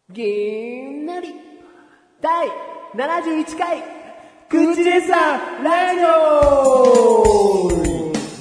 げーんなり第71回口でさラジオ。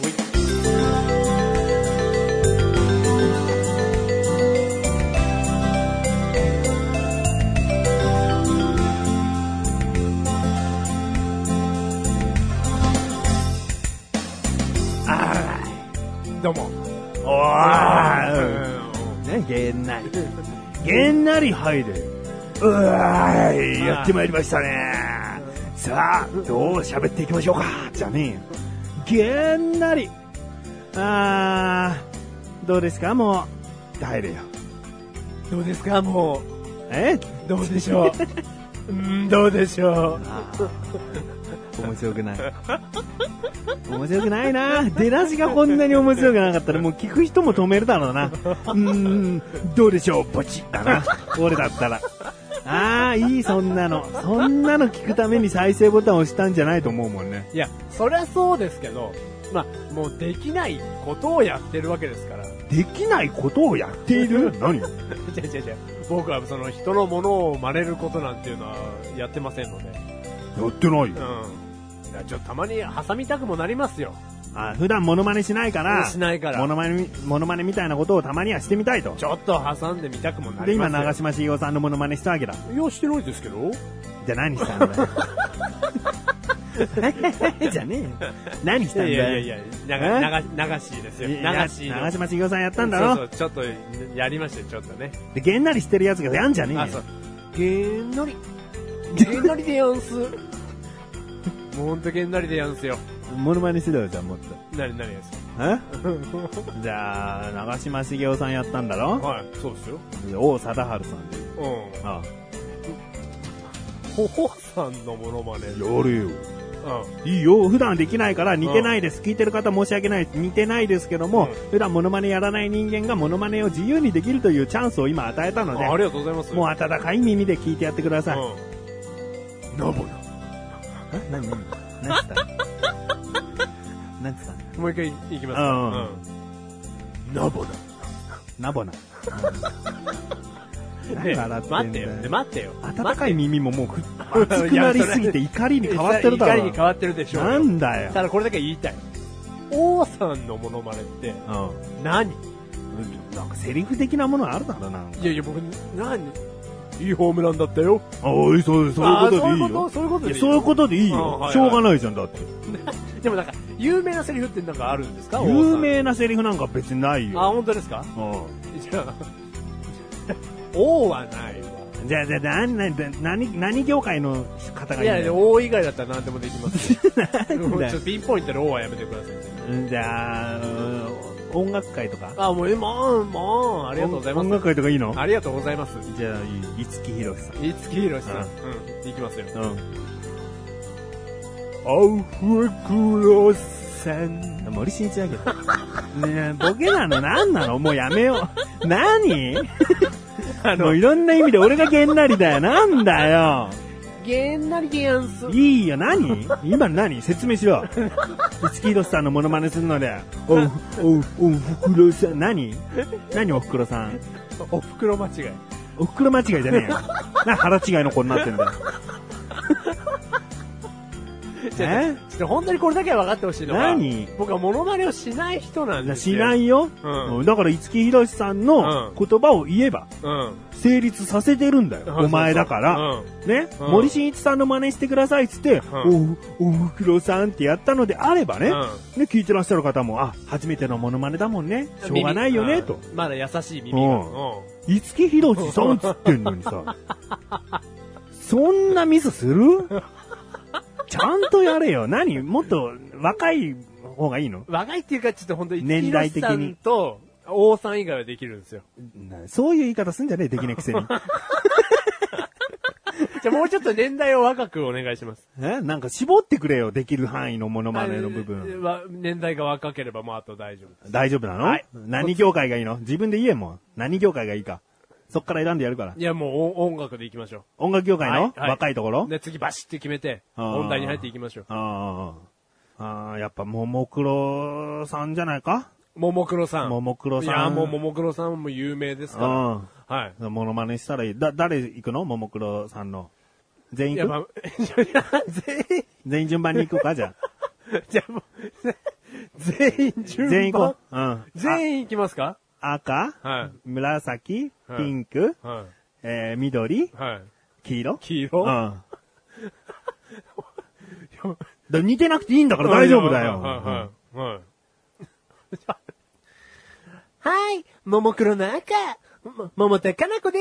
どうも。 おーね、げんなり。げんなり入る。うわーい、やってまいりましたね。さあ、どう喋っていきましょうか。じゃねえ。げんなり。どうですかもう、入るよ。 どうですかもう。どうでしょう。どうでしょう。 面白くない。面白くないな。出だしがこんなに面白くなかったらもう聞く人も止めるだろうな。どうでしょうポチだな。俺だったら。いい、そんなの。そんなの聞くために再生ボタンを押したんじゃないと思うもんね。 いや、そりゃそうですけど、まあ、もうできないことをやってるわけですから。 できないことをやっている何？ 違う。僕はその人のものを真似ることなんていうのはやってませんので。 やってないよ。 ちょっとたまに挟みたくもなりますよ。 普段モノマネしないから。 しないから。 モノマネみたいなことをたまにはしてみたいと。 ちょっと挟んでみたくもなりますよ。 で、今、長嶋茂雄さんのモノマネしたわけだ。 いや、してないですけど。 じゃあ何したんだよ。じゃねえよ。何したんだよ。 いや、流しですよ。流し。 長嶋茂雄さんやったんだろ。 そう、ちょっとやりましたよ、ちょっとね。 で、げんなりしてるやつがやんじゃねえよ。 そう。げんなりでやんす。もうほんとげんなりでやんすよ。 モノマネしてたよ、じゃあもっと。 何ですかじゃあ、長嶋茂雄さんやったんだろ。 はい、そうですよ。 王貞治さんで。 王さんのモノマネ。 やれよ。いいよ。普段できないから似てないです。聞いてる方申し訳ないです。似てないですけども、普段モノマネやらない人間がモノマネを自由にできるというチャンスを今与えたので。 ありがとうございます。 もう温かい耳で聞いてやってください。 ナボナ。 何つったもう一回いきます。ナボナ。待ってよ。 温かい耳ももう熱くなりすぎて怒りに変わってるだろ。 怒りに変わってるでしょ。 なんだよ。 ただこれだけ言いたい。王さんのモノマネって、何？ なんかセリフ的なものあるだろうな。 いや、僕、いいホームランだったよ。 そういうことでいいよ。 そういうことでいいよ。 そういうことでいいよ。しょうがないじゃん、だって。 でもなんか、有名なセリフってなんかあるんですか？ 有名なセリフなんか別にないよ。 本当ですか？じゃあ、王はないわ。 じゃあ、何業界の方がいいんだよ。 いや、王以外だったら何でもできますよ。 ちょっとピンポイントで王はやめてください。 じゃあ、音楽界とか？ もう、ありがとうございます。 音楽界とかいいの？ ありがとうございます。 じゃあ、五木ひろしさん。 いきますよ。 おふくろさん。森進一だけど。ねえ、ボケなの？何なの？もうやめよう。何？もういろんな意味で俺がげんなりだよ。なんだよ。 げんなりでやんす。 いいよ、今何？説明しろ。五木ひろしさんのモノマネするので。おふくろさん。何おふくろさん。 おふくろ間違い。 おふくろ間違いじゃねえよ。腹違いの子になってんだよ。 ちょっと本当にこれだけは分かってほしいのは、僕はモノマネをしない人なんですよ。 しないよ。だから五木ひろしさんの言葉を言えば、成立させてるんだよ。お前だから。ね、森進一さんの真似してくださいっつって、おふくろさんってやったのであればね、聞いてらっしゃる方も、初めてのモノマネだもんね。しょうがないよね、と。 まだ優しい耳が。 五木ひろしさんっつってんのにさ、そんなミスする？ちゃんとやれよ。もっと若い方がいいの？若いっていうか、ちょっと本当に年代的に。と、王さん以外はできるんですよ。 そういう言い方すんじゃねえ、できねえくせに。 じゃあもうちょっと年代を若くお願いします。 なんか絞ってくれよ、できる範囲のモノマネの部分。 年代が若ければもうあと大丈夫です。 大丈夫なの？はい。何業界がいいの？自分で言えも。何業界がいいか。そっから選んでやるから。 いや、もう音楽で行きましょう。 音楽業界の、若いところで、次バシッて決めて、本題に入っていきましょう。 やっぱ、ももクロさんじゃないか？ ももクロさん。 ももクロさん。 いや、もうももクロさんも有名ですから。はい。 モノマネしたらいい。誰行くの？ももクロさんの。全員行く？全員順番に行くかじゃあ。 じゃあもう、全員順番。 全員行こう。うん。 全員行きますか？ 赤、 はい、 紫、ピンク、 はい、 緑、 はい、 黄色、 うん。 似てなくていいんだから大丈夫だよ。 はい、ももクロの赤、桃田かな子です。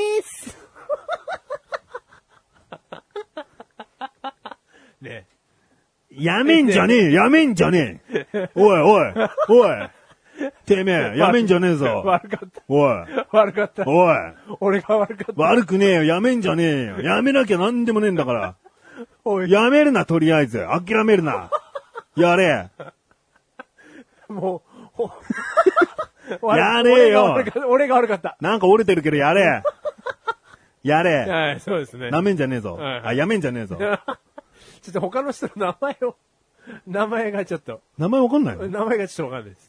ねえ。やめんじゃねえ、やめんじゃねえ。おいおい、おい。てめえ、やめんじゃねえぞ。 悪かった。 おい。 悪かった。 おい。 俺が悪かった。 悪くねえよ、やめんじゃねえよ。やめなきゃなんでもねえんだから。おい。やめるな、とりあえず。諦めるな。やれ。 もう、 やれよ。 俺が悪かった。 なんか折れてるけどやれ。やれ。 はい、そうですね。 なめんじゃねえぞ。はいはい、やめんじゃねえぞ。 ちょっと他の人の名前がちょっと。 名前わかんないの？ 名前がちょっとわかんないです。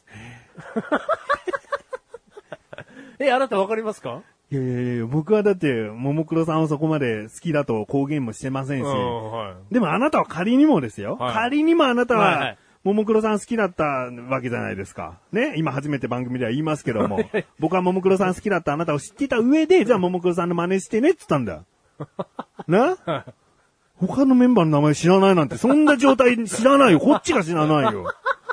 あなたわかりますか？ いや、僕はだって、ももクロさんをそこまで好きだと公言もしてませんし。はい、でもあなたは仮にもですよ。はい、仮にもあなたは、ももクロさん好きだったわけじゃないですか。ね。今初めて番組では言いますけども。僕はももクロさん好きだったあなたを知ってた上で、じゃあももクロさんの真似してねって言ったんだ。な？他のメンバーの名前知らないなんて、そんな状態知らないよ。こっちが知らないよ。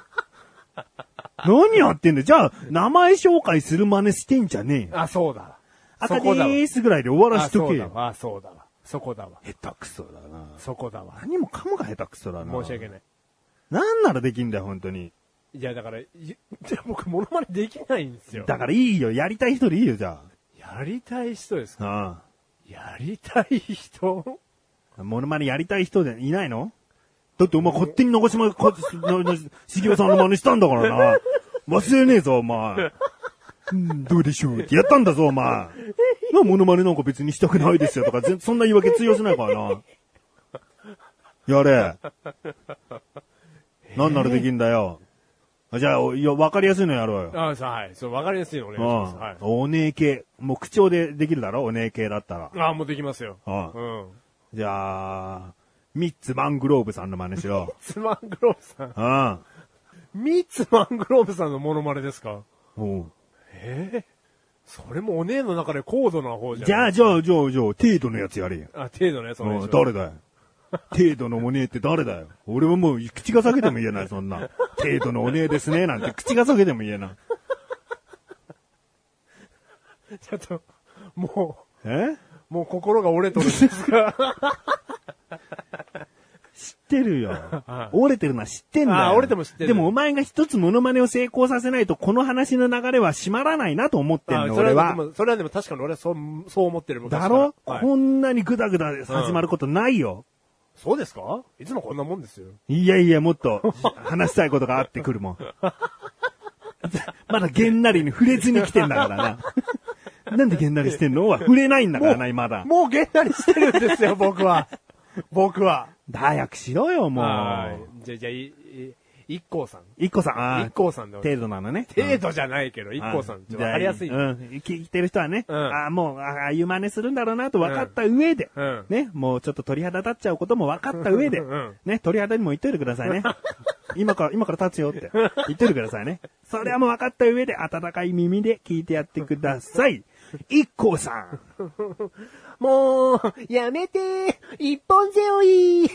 何やってんだよ。じゃあ、名前紹介する真似してんじゃねえよ。 あ、そうだ。 赤でーすぐらいで終わらしとけよ。 そうだわ。そこだわ。 下手くそだな。 そこだわ。 何もかもが下手くそだな。 申し訳ない。 なんならできんだよ、本当に。 いや、だから、僕、モノマネできないんですよ。 だからいいよ。やりたい人でいいよ、じゃあ。やりたい人ですか？ ああ。 やりたい人？ モノマネやりたい人でいないの？だってお前勝手に長島茂雄さんの真似したんだからな。忘れねえぞ、お前。どうでしょうってやったんだぞ、お前。モノマネなんか別にしたくないですよとか、そんな言い訳通用しないからな。やれ。なんならできんだよ。じゃあ、わかりやすいのやろうよ。 はい。そう、わかりやすいのお願いします。はい。 おねえ系。もう口調でできるだろ、おねえ系だったら。 もうできますよ。 じゃあ、ミッツマングローブさんの真似しろ。 ミッツマングローブさん。ミッツマングローブさんのモノマネですか？それもお姉の中で高度な方じゃん。 じゃあ、程度のやつやれよ。 程度のやつお願いします。 誰だよ。程度のお姉って誰だよ。俺はもう口が裂けても言えない、そんな。程度のお姉ですね、なんて口が裂けても言えない。 ちょっと、もう心が折れとるんですか？ 知ってるよ。折れてるのは知ってんだよ。 折れても知ってる。 でもお前が一つモノマネを成功させないとこの話の流れは閉まらないなと思ってんの、俺は。 それはでも確かに俺はそう思ってる。 だろ？こんなにグダグダ始まることないよ。 そうですか？いつもこんなもんですよ。 いや、もっと話したいことがあってくるもん。まだげんなりに触れずに来てんだからな。なんでげんなりしてんのは触れないんだからな、まだ。 もうげんなりしてるんですよ、僕は。 早くしろよ、もう。 じゃあ、一光さん。 一光さん。 一光さんで。 程度なのね。 程度じゃないけど、一光さん。わかりやすい。 聞いてる人はね。もう、ああいう真似するんだろうなと分かった上で。ね、もうちょっと鳥肌立っちゃうことも分かった上で。ね、鳥肌にも言っといてくださいね。今から立つよって言っといてくださいね。それはもう分かった上で、温かい耳で聞いてやってください。一光さん。 もう、やめて、一本背負い。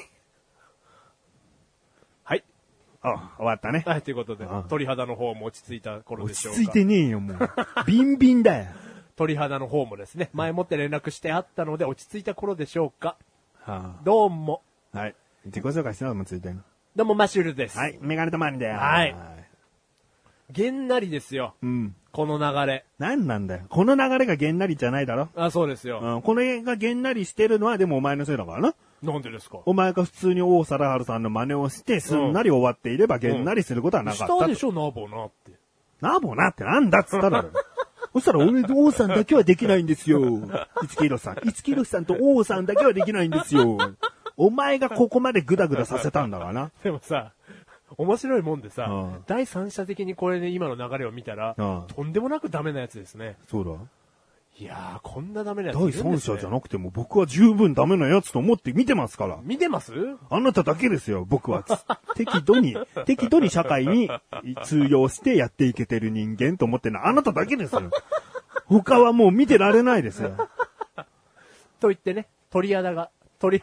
はい。 終わったね。 はい、ということで、鳥肌の方も落ち着いた頃でしょうか。 落ち着いてねえよ、もう。ビンビンだよ。 鳥肌の方もですね、前もって連絡してあったので落ち着いた頃でしょうか。どうも。 はい。自己紹介しながらもついてんの。 どうも、マシュルです。 はい、メガネとマニだよ。 はい。げんなりですよ。この流れ。 なんなんだよ。この流れがげんなりじゃないだろ。 そうですよ。 この絵がげんなりしてるのはでもお前のせいだからな。 なんでですか？ お前が普通に王貞治さんの真似をしてすんなり終わっていればげんなりすることはなかった。 したでしょ、ナボナって。 ナボナってなんだっつっただろ。そしたら俺と王さんだけはできないんですよ。五木ひろしさん。五木ひろしさんと王さんだけはできないんですよ。お前がここまでグダグダさせたんだからな。 でもさ、 面白いもんでさ、第三者的にこれで今の流れを見たら、とんでもなくダメなやつですね。 そうだ。 いやー、こんなダメなやついるんですね。 第三者じゃなくても僕は十分ダメなやつと思って見てますから。 見てます？ あなただけですよ、僕は。適度に社会に通用してやっていけてる人間と思ってるのはあなただけですよ。他はもう見てられないですよ。 と言ってね、鳥肌が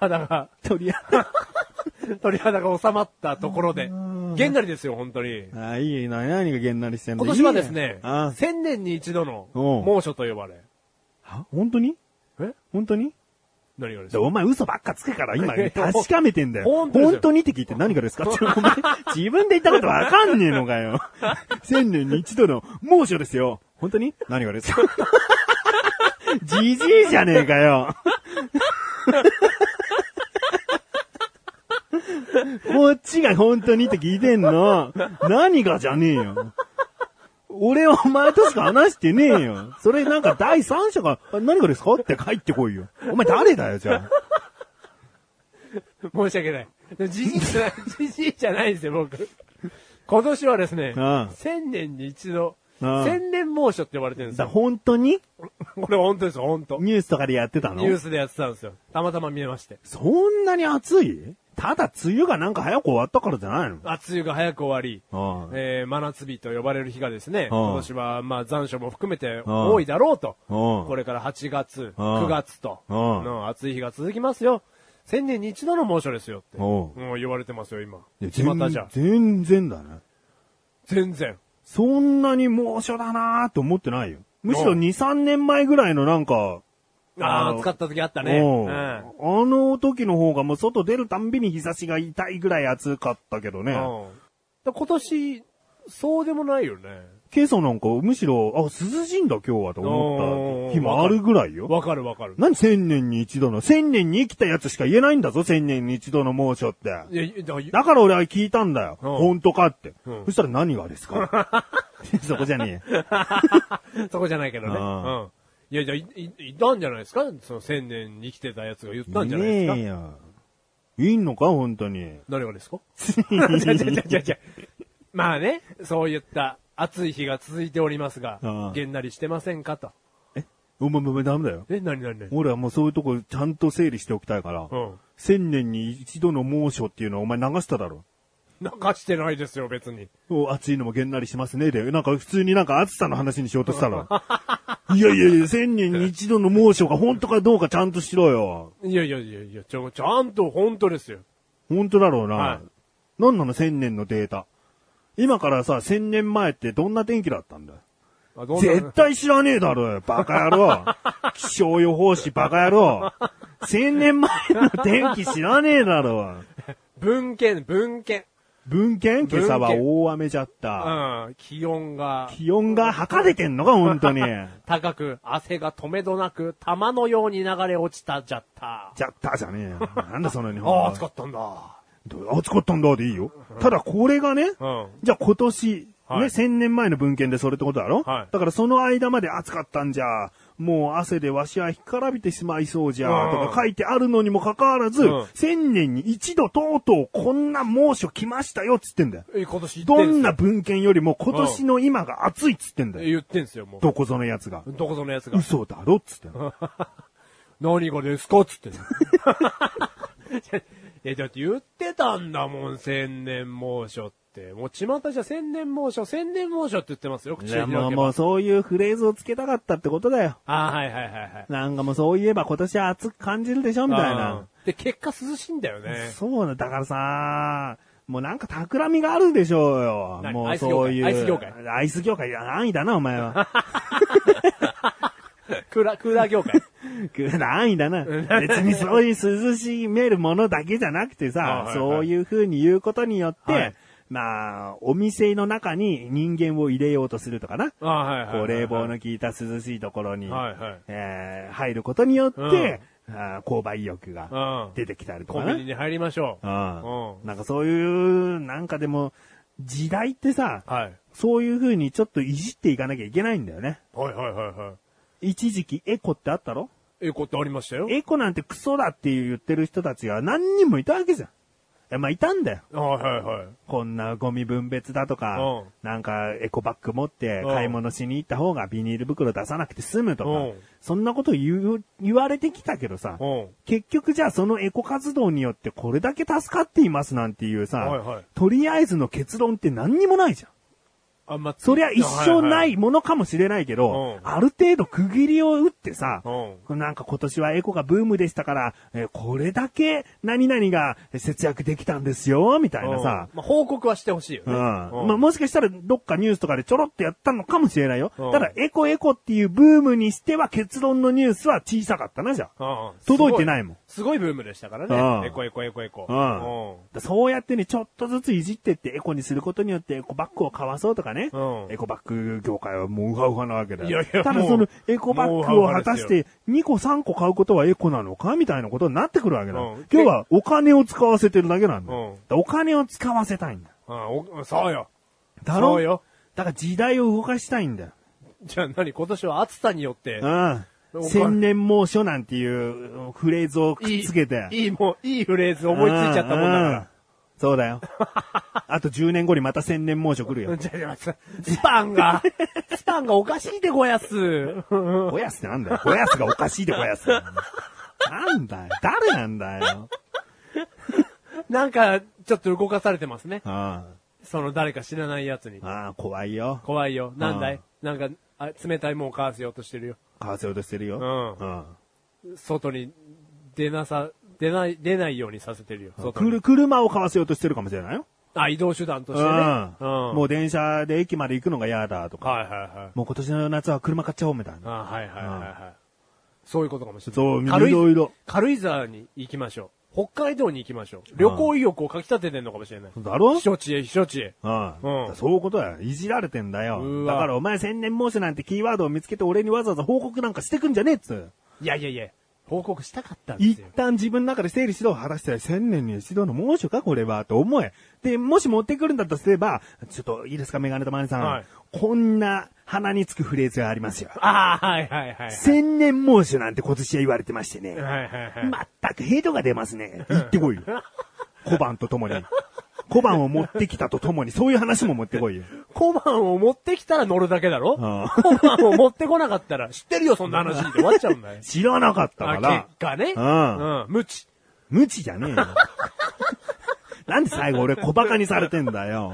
収まったところで、げんなりですよ、本当に。 いいな、何がげんなりしてんの。 今年はですね、1000年に一度の猛暑と呼ばれ。 本当に？本当に？ 何がですか？ お前嘘ばっかつくから今確かめてんだよ。本当にって聞いて何がですかってお前自分で言ったことわかんねえのかよ。1000年に一度の猛暑ですよ。本当に？何がですか？じじいじゃねえかよ。こっちが本当にって聞いてんの。何がじゃねえよ。俺はお前としか話してねえよ。それなんか第三者が、何がですかって帰ってこいよ。お前誰だよ、じゃあ。 申し訳ない。じじいじゃないんですよ、僕。今年はですね、1000年に一度、1000年猛暑って呼ばれてるんですよ。 本当に？ これ本当ですよ、本当。 ニュースとかでやってたの？ ニュースでやってたんですよ。たまたま見えまして。 そんなに暑い？ただ梅雨がなんか早く終わったからじゃないの？ 梅雨が早く終わり、真夏日と呼ばれる日がですね、今年はまあ残暑も含めて多いだろうと、これから8月、9月と、暑い日が続きますよ。1000年に一度の猛暑ですよって、言われてますよ、今。巷じゃ。 全然だね。 全然。 そんなに猛暑だなーって思ってないよ。むしろ2、3年前ぐらいのなんか、 暑かった時あったね。 あの時の方がもう外出るたんびに日差しが痛いぐらい暑かったけどね。 今年、そうでもないよね。 今朝なんかむしろ、涼しいんだ今日はと思った日もあるぐらいよ。 わかるわかる。 何1000年に一度の、1000年に生きたやつしか言えないんだぞ、1000年に一度の猛暑って。だから俺は聞いたんだよ。本当かって。そしたら何がですかそこじゃねえ。そこじゃないけどね。いや、いたんじゃないですか？その1000年に生きてたやつが言ったんじゃないですか？ いんのか本当に。 何がですか？まあね、そういった暑い日が続いておりますが、げんなりしてませんかと。 お前ダメだよ。 何俺はもうそういうとこちゃんと整理しておきたいから、1000年に一度の猛暑っていうのはお前流しただろ。 流してないですよ、別に。 暑いのもげんなりしますね。で、なんか普通になんか暑さの話にしようとしたら。いや、1000年に一度の猛暑が本当かどうかちゃんとしろよ。 いや、ちゃんと本当ですよ。 本当だろうな。なんなの1000年のデータ。今からさ、1000年前ってどんな天気だったんだよ。絶対知らねえだろよ、バカ野郎。気象予報士バカ野郎。1000年前の天気知らねえだろ。 文献今朝は大雨じゃった。 気温が測れてんのか、本当に。 高く、汗が止めどなく、玉のように流れ落ちたじゃった。 じゃねえよ。なんだその日本語。 暑かったんだ。 暑かったんだでいいよ。ただこれがね、じゃあ今年、1000年前の文献でそれってことだろ？だからその間まで暑かったんじゃ、もう汗でわしは干からびてしまいそうじゃ、とか書いてあるのにもかかわらず、1000年に一度とうとうこんな猛暑来ましたよっつってんだよ。 今年どんな文献よりも今年の今が暑いっつってんだよ。 言ってんすよ、もう。 どこぞのやつが。嘘だろっつってんの。 何がですかっつってんの。だって言ってたんだもん、1000年猛暑って。もう巷じゃ1000年猛暑って言ってますよ、口を開けば。 もうそういうフレーズをつけたかったってことだよ。 はい。 なんかもうそう言えば今年は暑く感じるでしょみたいな。 で、結果涼しいんだよね。 そうだ、だからさ、もうなんか企みがあるでしょうよ。もうそういう。 アイス業界安易だな、お前は。 クーラー業界。 安易だな。別にそういう涼しめるものだけじゃなくてさ、そういう風に言うことによって、まあ、お店の中に人間を入れようとするとかな。こう冷房の効いた涼しいところに、入ることによって、購買意欲が出てきたりとかな。 コンビニに入りましょう。 なんかそういう、なんかでも、時代ってさ、そういう風にちょっといじっていかなきゃいけないんだよね。一時期エコってあったろ？ エコってありましたよ。 エコなんてクソだって言ってる人たちが何人もいたわけじゃん。 まあ、いたんだよ。 はいはい。 こんなゴミ分別だとか、なんかエコバッグ持って買い物しに行った方がビニール袋出さなくて済むとか、そんなこと言われてきたけどさ、結局じゃあそのエコ活動によってこれだけ助かっていますなんていうさ、とりあえずの結論って何にもないじゃん。そりゃ一生ないものかもしれないけど、ある程度区切りを打ってさ、なんか今年はエコがブームでしたから、これだけ何々が節約できたんですよ、みたいなさ。 報告はしてほしいよね。 もしかしたらどっかニュースとかでちょろっとやったのかもしれないよ。ただ、エコっていうブームにしては結論のニュースは小さかったな、じゃあ。届いてないもん。 すごいブームでしたからね。エコ。 そうやってね、ちょっとずついじってってエコにすることによってエコバッグを買わそうとかね。エコバッグ業界はもうウハウハなわけだよ。ただそのエコバッグを果たして2個3個買うことはエコなのかみたいなことになってくるわけだ。今日はお金を使わせてるだけなんだ。お金を使わせたいんだ。 そうよ。 だろよ。だから時代を動かしたいんだよ。 じゃあ何今年は暑さによって。 千年猛暑なんていうフレーズをくっつけて。 いいフレーズ思いついちゃったもんだから。 そうだよ。あと10年後にまた千年猛暑来るよ。 スパンがおかしいでごやす。 ごやすってなんだよ。ごやすがおかしいでごやす。なんだよ。誰なんだよ。 なんか、ちょっと動かされてますね。その誰か知らないやつに。 怖いよ。 怖いよ。なんだいなんか、冷たいもんを買わせようとしてるよ。 買わせようとしてるよ。 外に出ないようにさせてるよ。 車を買わせようとしてるかもしれないよ。 移動手段としてね。 もう電車で駅まで行くのが嫌だとか。もう今年の夏は車買っちゃおうみたいな。 そういうことかもしれない。 そう、いろいろ。 軽井沢に行きましょう。北海道に行きましょう。旅行意欲をかき立ててんのかもしれない。 だろ？ 避暑地へ。 そういうことだよ。いじられてんだよ。だからお前千年猛暑なんてキーワードを見つけて俺にわざわざ報告なんかしてくんじゃねえっつ。 いや。報告したかったんですよ。 一旦自分の中で整理しろ。果たして千年に一度の猛暑かこれはと思え。で、もし持ってくるんだとすれば、ちょっといいですかメガネとマネさん。こんな鼻につくフレーズがありますよ。千年猛暑なんて今年は言われてましてね。全くヘドが出ますね。言ってこいよ。小判とともに。小判を持ってきたとともに、そういう話も持ってこいよ。 小判を持ってきたら乗るだけだろ？小判を持ってこなかったら、知ってるよ、そんな話で終わっちゃうんだよ。 知らなかったから。 結果ね。無知。 無知じゃねえよ。なんで最後俺小馬鹿にされてんだよ。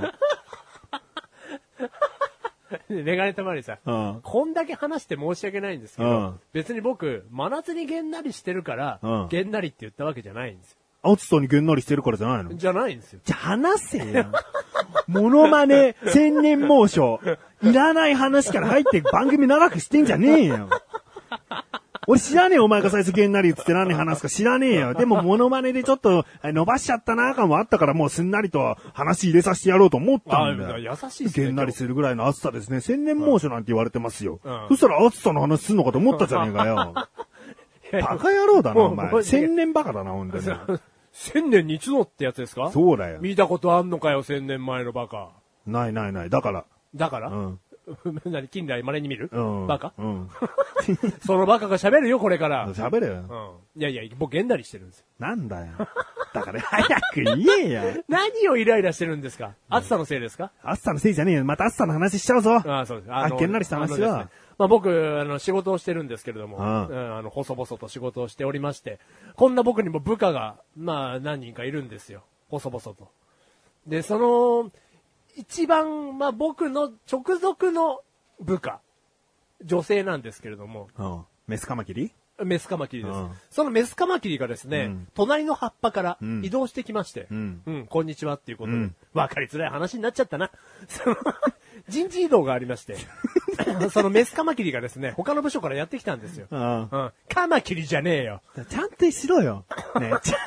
メガネたまりさん、こんだけ話して申し訳ないんですけど、別に僕、真夏にげんなりしてるから、げんなりって言ったわけじゃないんですよ。 暑さにげんなりしてるからじゃないの？ じゃないんですよ。 じゃあ話せよ。モノマネ、千年猛暑。いらない話から入って番組長くしてんじゃねえよ。俺知らねえよ、お前が最初げんなりって何話すか知らねえよ。でもモノマネでちょっと伸ばしちゃったな感もあったからもうすんなりと話入れさせてやろうと思ったんだよ。 優しいですね。 げんなりするぐらいの暑さですね。千年猛暑なんて言われてますよ。そしたら暑さの話すんのかと思ったじゃねえかよ。バカ野郎だな、お前。千年バカだな、ほんとに。 千年に一度ってやつですか？ そうだよ。 見たことあんのかよ、千年前のバカ。 ない。だから。 何近代稀に見る？バカ？ そのバカが喋るよ、これから。 喋るよ。 いや、僕、げんなりしてるんですよ。 なんだよ。だから、早く言えよ。 何をイライラしてるんですか？暑さのせいですか？ 暑さのせいじゃねえよ。また暑さの話しちゃうぞ。 そうです。 げんなりした話は。 僕、仕事をしてるんですけれども、細々と仕事をしておりまして、こんな僕にも部下が、何人かいるんですよ。細々と。で、その、一番、僕の直属の部下、女性なんですけれども。 メスカマキリ？ メスカマキリです。そのメスカマキリがですね、隣の葉っぱから移動してきまして、こんにちはっていうことで、分かりづらい話になっちゃったな。人事異動がありまして、そのメスカマキリがですね、他の部署からやってきたんですよ。カマキリじゃねえよ。 ちゃんとしろよ。ね。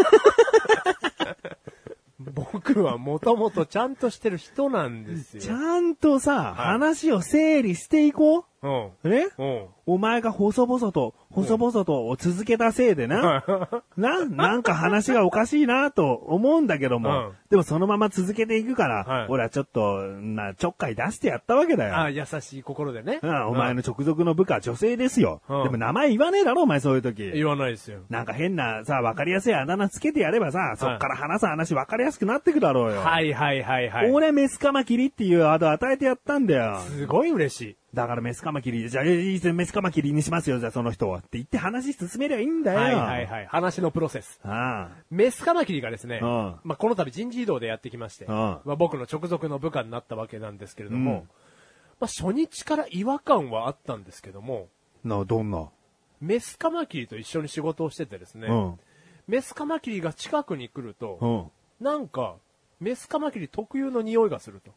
僕はもともとちゃんとしてる人なんですよ。 ちゃんとさ、話を整理していこう。ね？お前が細々と細々と続けたせいでな、なんか話がおかしいなと思うんだけども、でもそのまま続けていくから、俺はちょっと、ちょっかい出してやったわけだよ。 優しい心でね。 お前の直属の部下は女性ですよ。でも名前言わねえだろ、お前そういう時。 言わないですよ。 なんか変なさ、わかりやすいあだ名つけてやればさ、そっから話す話わかりやすくなってくだろうよ。 はいはいはいはい。 俺メスカマキリっていうアド与えてやったんだよ。 すごい嬉しい。 だからメスカマキリ、じゃあ、メスカマキリにしますよ、じゃあその人は。って言って話進めりゃいいんだよ。 はいはいはい。話のプロセス。メスカマキリがですね、この度人事異動でやってきまして、僕の直属の部下になったわけなんですけれども、初日から違和感はあったんですけども、 どんなメスカマキリと一緒に仕事をしててですね、メスカマキリが近くに来ると、なんか、メスカマキリ特有の匂いがすると。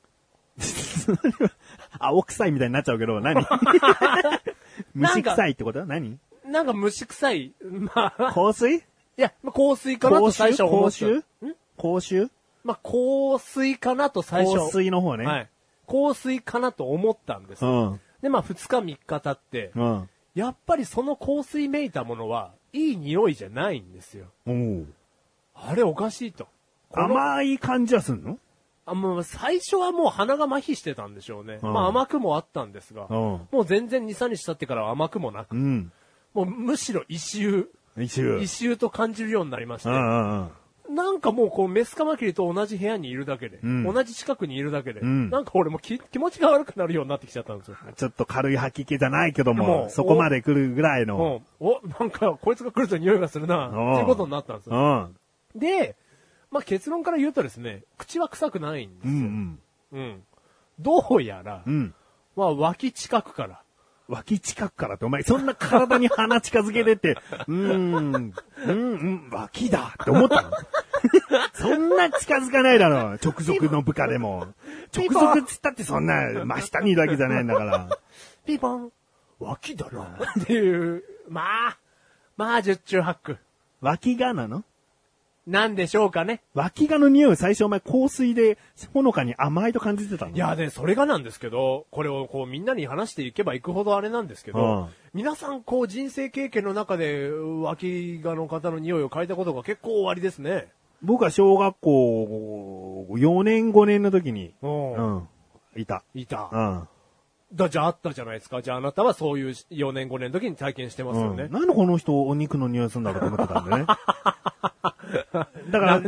青臭いみたいになっちゃうけど、何虫臭いってこと何なんか虫臭い。 香水いや、香水かなと最初思った。 香臭香水かなと最初。 香水の方ね。 はい。香水かなと思ったんです。で、2日3日経って、やっぱりその香水めいたものは、いい匂いじゃないんですよ。あれおかしいと。 甘い感じはすんの？ もう最初はもう鼻が麻痺してたんでしょうね。甘くもあったんですが、もう全然2、3日経ってからは甘くもなく、もうむしろ異臭と感じるようになりまして、なんかもうこうメスカマキリと同じ部屋にいるだけで、同じ近くにいるだけで、なんか俺も気持ちが悪くなるようになってきちゃったんですよ。 ちょっと軽い吐き気じゃないけども、そこまで来るぐらいの。 なんかこいつが来ると匂いがするな、っていうことになったんですよ。で、結論から言うとですね、口は臭くないんですよ。どうやら、脇近くから。 脇近くからって、お前そんな体に鼻近づけてって、脇だって思ったのそんな近づかないだろ、直属の部下でも。直属っつったってそんな真下にいるわけじゃないんだから。 ピーポン、脇だな。っていう、十中八九。 脇がなの？ なんでしょうかね。 脇がの匂い最初お前香水でほのかに甘いと感じてたの？ いやね、それがなんですけど、これをこうみんなに話していけばいくほどあれなんですけど、皆さんこう人生経験の中で脇がの方の匂いを嗅いだことが結構おありですね。 僕は小学校4年5年の時に、いた。 じゃああったじゃないですか。じゃああなたはそういう4年5年の時に体験してますよね。 なんでこの人お肉の匂いするんだろうと思ってたんでね。だから、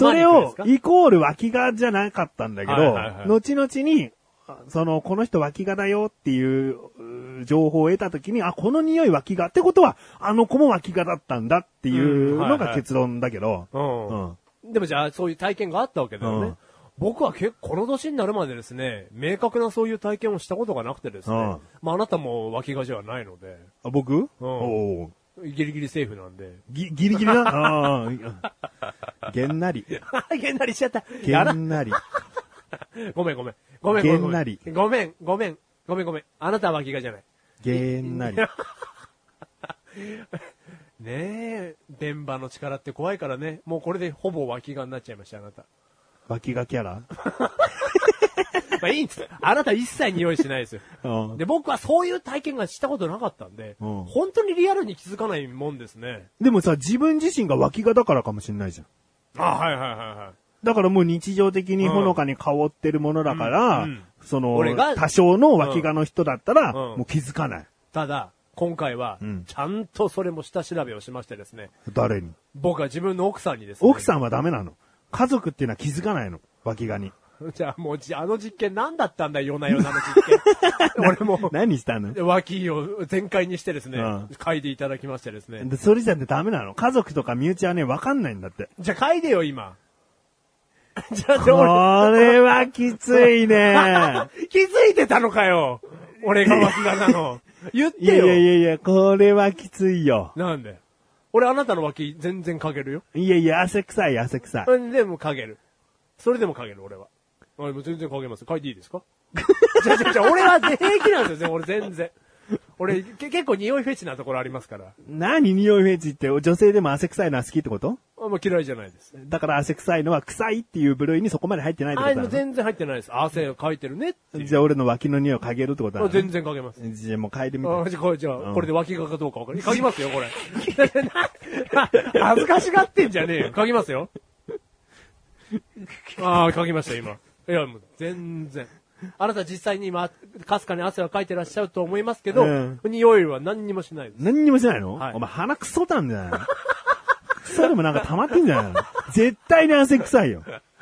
それをイコール脇がじゃなかったんだけど、後々に、この人脇がだよっていう情報を得たときに、この匂い脇がってことは、あの子も脇がだったんだっていうのが結論だけど。 でもじゃあそういう体験があったわけだよね。僕は結構この年になるまでですね、明確なそういう体験をしたことがなくてですね。あなたも脇がじゃないので。 僕？ ギリギリセーフなんで。 ギリギリな。げんなり。 げんなりしちゃった。 げんなり。 ごめん。 げんなり。 ごめん。あなたは脇がじゃない。 げんなり。 ねえ、電波の力って怖いからね。もうこれでほぼ脇がになっちゃいました、あなた。 脇がキャラいいんです。あなた一切匂いしないですよ。で、僕はそういう体験がしたことなかったんで、本当にリアルに気づかないもんですね。 でもさ、自分自身が脇がだからかもしれないじゃん。 はい。 だからもう日常的にほのかに香ってるものだから、多少の脇がの人だったら、もう気づかない。 ただ、今回は、ちゃんとそれも下調べをしましてですね。 誰に？ 僕は自分の奥さんにですね。 奥さんはダメなの？家族っていうのは気づかないの？脇がに。 じゃあもう、あの実験何だったんだよ、夜な夜なの実験。俺も。 何したの？ 脇を全開にしてですね、嗅いでいただきましてですね。 それじゃダメなの？家族とか身内はね、わかんないんだって。 じゃあ嗅いでよ、今。 じゃあこれはきついね。 気づいてたのかよ。俺が脇がなの。言ってよ。 いや、これはきついよ。 なんで？俺あなたの脇全然嗅げるよ。 いや、汗臭い。 でも嗅げる。それでも嗅げる、俺は。もう全然嗅げます。嗅いでいいですか？じゃ俺は平気なんですよ、俺全然。俺、結構匂いフェチなところありますから。 何匂いフェチって、女性でも汗臭いのは好きってこと？ もう嫌いじゃないです。 だから汗臭いのは臭いっていう部類にそこまで入ってないってことだろ。 全然入ってないです。汗をかいてるねっていう。 じゃあ俺の脇の匂いを嗅げるってことだろ。 全然嗅げます。 じゃあもう嗅いでみて。 じゃあ、これで脇がかどうかわかる。嗅ぎますよ、これ。恥ずかしがってんじゃねえよ。嗅ぎますよ。嗅ぎました、今。いや、もう全然。あなた実際に今、かすかに汗をかいてらっしゃると思いますけど、匂いは何にもしないです。 何にもしないの、 はい、 お前鼻クソたんじゃないのクソでもなんか溜まってんじゃないの絶対に汗臭いよ。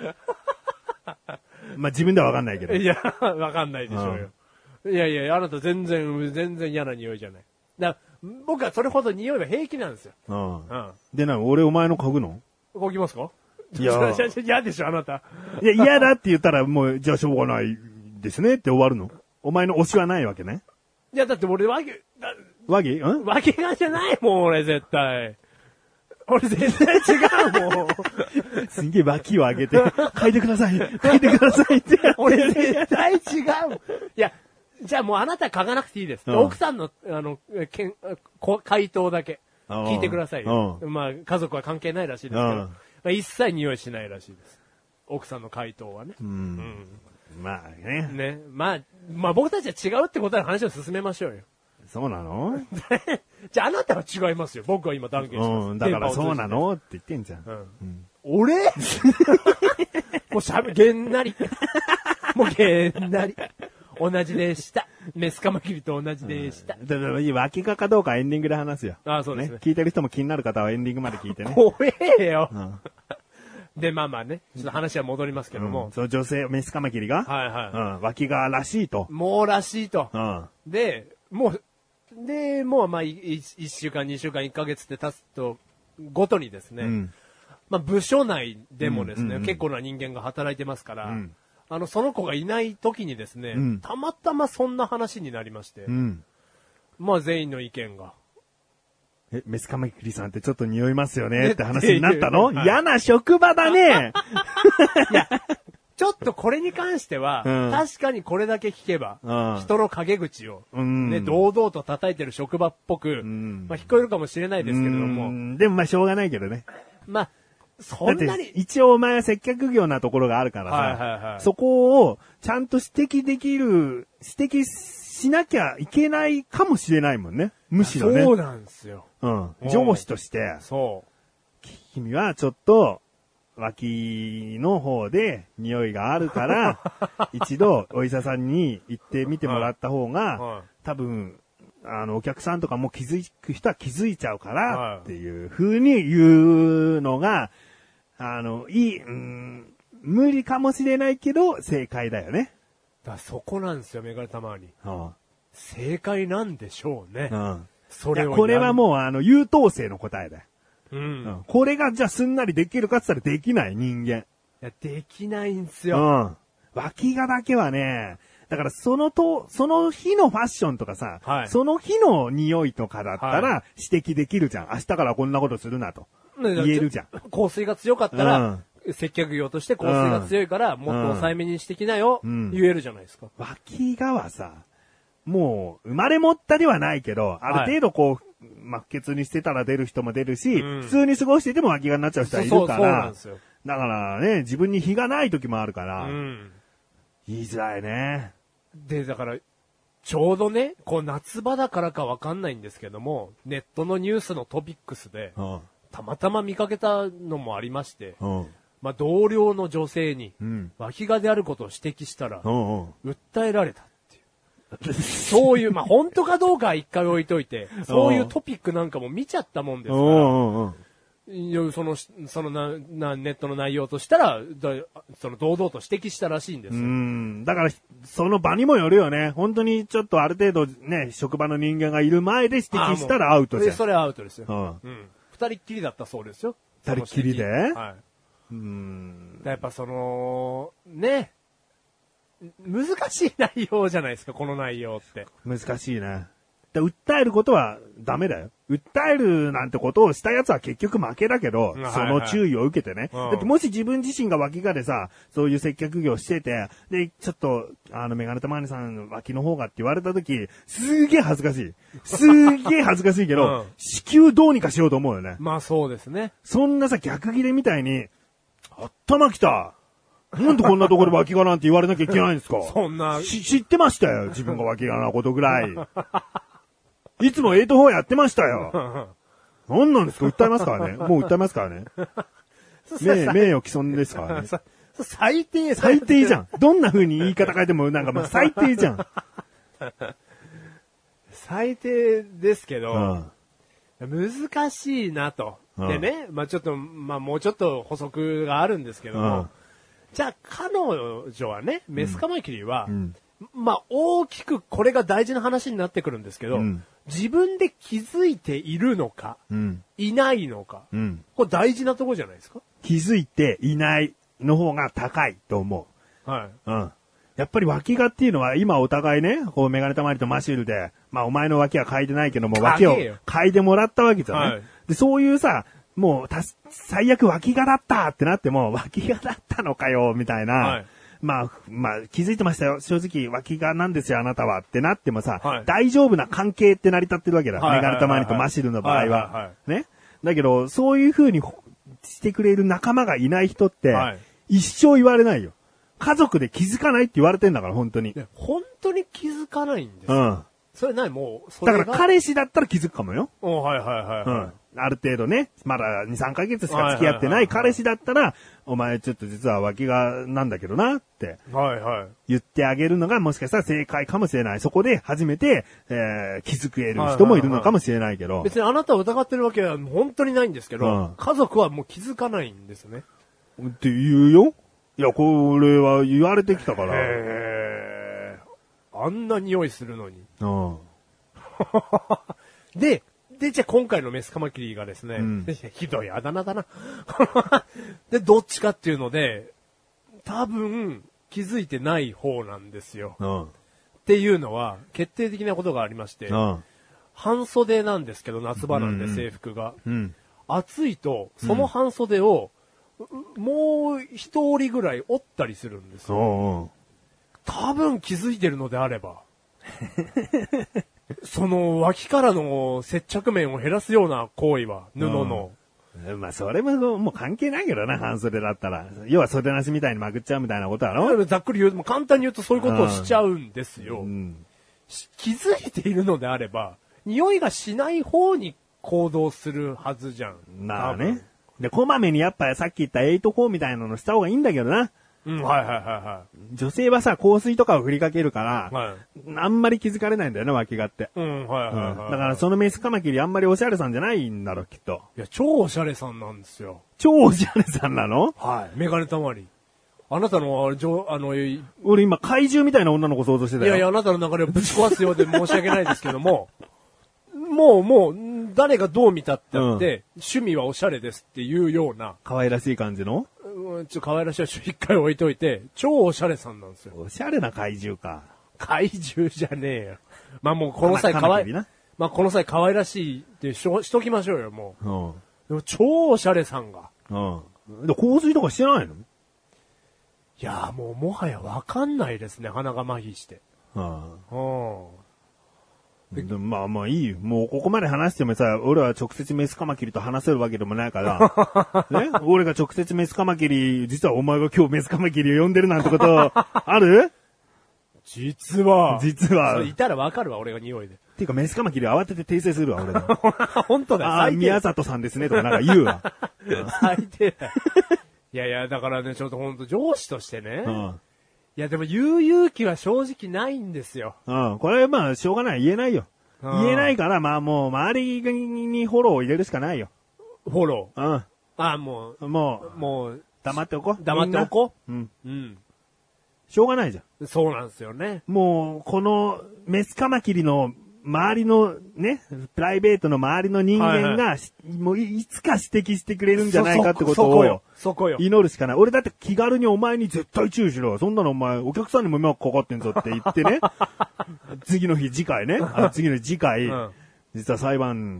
まあ、自分ではわかんないけど。 いや、わかんないでしょうよ。いや、あなた全然嫌な匂いじゃない。僕はそれほど匂いは平気なんですよ。 で、俺お前の嗅ぐの？ 嗅ぎますか？ いや、 嫌でしょ、あなた。 いや、嫌だって言ったらもう、じゃあしょうがないですねって終わるの？お前の推しはないわけね。 いや、だって俺脇がじゃないもん、俺絶対。俺絶対違うもん。 すんげえ脇を上げて、嗅いでください、嗅いでくださいって。 俺絶対違う。いや、じゃあもうあなた嗅がなくていいです。奥さんの、回答だけ聞いてくださいよ。まあ、家族は関係ないらしいですけど、一切匂いしないらしいです。奥さんの回答はね。 まあね。 ね。まあ僕たちは違うってことで話を進めましょうよ。 そうなのじゃああなたは違いますよ。僕は今断言します。 だからそうなのって言ってんじゃん。 俺もうげんなり。もうげんなり。同じでした。メスカマキリと同じでした。 脇がかどうかエンディングで話すよ。 そうですね。 聞いてる人も気になる方はエンディングまで聞いてね。 怖えよ。で、まあね、ちょっと話は戻りますけども。 その女性、メスカマキリが脇がらしいと。 もうらしいと。で、もうまあ、1週間、2週間、1ヶ月って経つと、ごとにですね、まあ部署内でもですね、結構な人間が働いてますから、その子がいない時にですね、たまたまそんな話になりまして、まあ全員の意見が。 メスカマキリさんってちょっと匂いますよねって話になったの？嫌な職場だね。 いや、ちょっとこれに関しては、確かにこれだけ聞けば、人の陰口を、ね、堂々と叩いてる職場っぽく、まあ聞こえるかもしれないですけれども。 でもまあしょうがないけどね。 まあ、そんなに。 一応お前は接客業なところがあるからさ、そこをちゃんと指摘しなきゃいけないかもしれないもんね。むしろね。 そうなんですよ。 上司として、君はちょっと、脇の方で匂いがあるから、一度お医者さんに行ってみてもらった方が、多分、お客さんとかも気づく人は気づいちゃうから、っていう風に言うのが、無理かもしれないけど、正解だよね。 そこなんですよ、メガネたまに。正解なんでしょうね。 それをこれはもう、優等生の答えだよ。これがじゃあすんなりできるかって言ったらできない人間。 いや、できないんですよ。 脇がだけはね、だからその日のファッションとかさ、その日の匂いとかだったら指摘できるじゃん。明日からこんなことするなと。言えるじゃん。 香水が強かったら、接客業として香水が強いから、もっと抑えめにしてきなよ、言えるじゃないですか。 脇がはさ、もう生まれ持ったではないけど、ある程度こう、真っ血にしてたら出る人も出るし、普通に過ごしていても脇がになっちゃう人はいるから、だからね、自分に非がない時もあるから、言いづらいね。 で、だから、ちょうどね、こう夏場だからかわかんないんですけども、ネットのニュースのトピックスで、たまたま見かけたのもありまして、まあ同僚の女性に、脇がであることを指摘したら、訴えられた。そういう、まあ、本当かどうかは一回置いといて、そういうトピックなんかも見ちゃったもんですから、そのネットの内容としたら、その堂々と指摘したらしいんですよ。 だから、その場にもよるよね。本当にちょっとある程度ね、職場の人間がいる前で指摘したらアウトじゃん。 それはアウトですよ。二人っきりだったそうですよ。 二人っきりで？ はい。やっぱね、難しい内容じゃないですか、この内容って。 難しいね。 訴えることはダメだよ。訴えるなんてことをした奴は結局負けだけど、 はいはい、 その注意を受けてね。だってもし自分自身が脇がでさ、そういう接客業してて、で、ちょっと、メガネたまわりさん脇の方がって言われた時、すげえ恥ずかしい。すげえ恥ずかしいけど、至急どうにかしようと思うよね。 まあそうですね。 そんなさ、逆切れみたいに、頭きた。なんでこんなところで脇がなんて言われなきゃいけないんですか。 そんな。 知ってましたよ。自分が脇がなことぐらい。いつも8-4やってましたよ。何なんですか。訴えますからね。もう訴えますからね。名誉毀損ですからね。 最低じゃん。どんな風に言い方変えてもなんかもう最低じゃん。 最低ですけど、難しいなと。でね、まあちょっと、まあもうちょっと補足があるんですけども、じゃあ彼女はね、メスカマキリは、まあ大きくこれが大事な話になってくるんですけど、自分で気づいているのか、いないのか、これ大事なところじゃないですか。 気づいていないの方が高いと思う。はい。 やっぱり脇がっていうのは今お互いね、こうメガネたまりとマシュルで、まあお前の脇は嗅いでないけども脇を嗅いでもらったわけじゃない。はい、で、そういうさ、もう最悪脇がだったってなっても脇がだったのかよ、みたいな。はい、まあ気づいてましたよ。正直脇がなんですよ、あなたはってなってもさ、はい、大丈夫な関係って成り立ってるわけだ。メガネたまりとマシュルの場合は。ね。だけど、そういう風にしてくれる仲間がいない人って、一生言われないよ。家族で気づかないって言われてんだから、本当に。 本当に気づかないんですよ。それないもう、 だから彼氏だったら気づくかもよ。 はいはいはい。 ある程度ね、まだ2、3ヶ月しか付き合ってない彼氏だったら、お前ちょっと実は脇がなんだけどなって。言ってあげるのがもしかしたら正解かもしれない。そこで初めて、気づける人もいるのかもしれないけど。 別にあなたを疑ってるわけは本当にないんですけど、家族はもう気づかないんですよね。 って言うよ。いや、これは言われてきたから。 あんな匂いするのに。で、じゃあ今回のメスカマキリがですね、ひどいあだ名だな。で、どっちかっていうので、多分気づいてない方なんですよ。っていうのは、決定的なことがありまして、半袖なんですけど、夏場なんで制服が。暑いと、その半袖を、もう一折ぐらい折ったりするんですよ。多分気づいてるのであれば、その脇からの接着面を減らすような行為は、布の。 まあそれももう関係ないけどな、半袖だったら。要は袖なしみたいにまくっちゃうみたいなことだろ。 ざっくり言うと、簡単に言うとそういうことをしちゃうんですよ。気づいているのであれば、匂いがしない方に行動するはずじゃん。 まあね。で、こまめにやっぱさっき言った8-4みたいなのした方がいいんだけどな。女性はさ、香水とかを振りかけるから、あんまり気づかれないんだよね、脇がって。だからそのメスカマキリあんまりおしゃれさんじゃないんだろ、きっと。 いや、超おしゃれさんなんですよ。 超おしゃれさんなの？ はい。メガネたまり。あなたの、 俺今怪獣みたいな女の子想像してたよ。 いやいや、あなたの中でぶち壊すようで申し訳ないですけども、もう、誰がどう見たってあって、趣味はおしゃれですっていうような。 可愛らしい感じの？ 可愛らしい一回置いといて、超おしゃれさんなんですよ。 おしゃれな怪獣か。 怪獣じゃねえよ。まあもうこの際可愛らしいってしときましょうよ、もう。でも超おしゃれさんが。 で、香水とかしてないの？ いやもうもはやわかんないですね、鼻が麻痺して。 まあまあいいよ。もうここまで話してもさ、俺は直接メスカマキリと話せるわけでもないから、ね、俺が直接メスカマキリ、実はお前が今日メスカマキリを呼んでるなんてことある？ 実は。 それいたらわかるわ、俺が匂いで。 っていうかメスカマキリ慌てて訂正するわ、俺が。 本当だよ。 宮里さんですねとかなんか言うわ。 最低だ。いや、だからね、ちょっと本当上司としてね。いや、でも言う勇気は正直ないんですよ。 これまあ、しょうがない。言えないよ。言えないから、まあもう、周りにフォローを入れるしかないよ。 フォロー？もう、 黙っておこう。 黙っておこう。 しょうがないじゃん。 そうなんですよね。 もう、この、メスカマキリの周りのね、プライベートの周りの人間が、もういつか指摘してくれるんじゃないかってことを、 そこよ。 祈るしかない。俺だって気軽にお前に絶対注意しろ。そんなのお前、お客さんにも迷惑かかってんぞって言ってね。次の日、次回ね。次の次回、実は裁判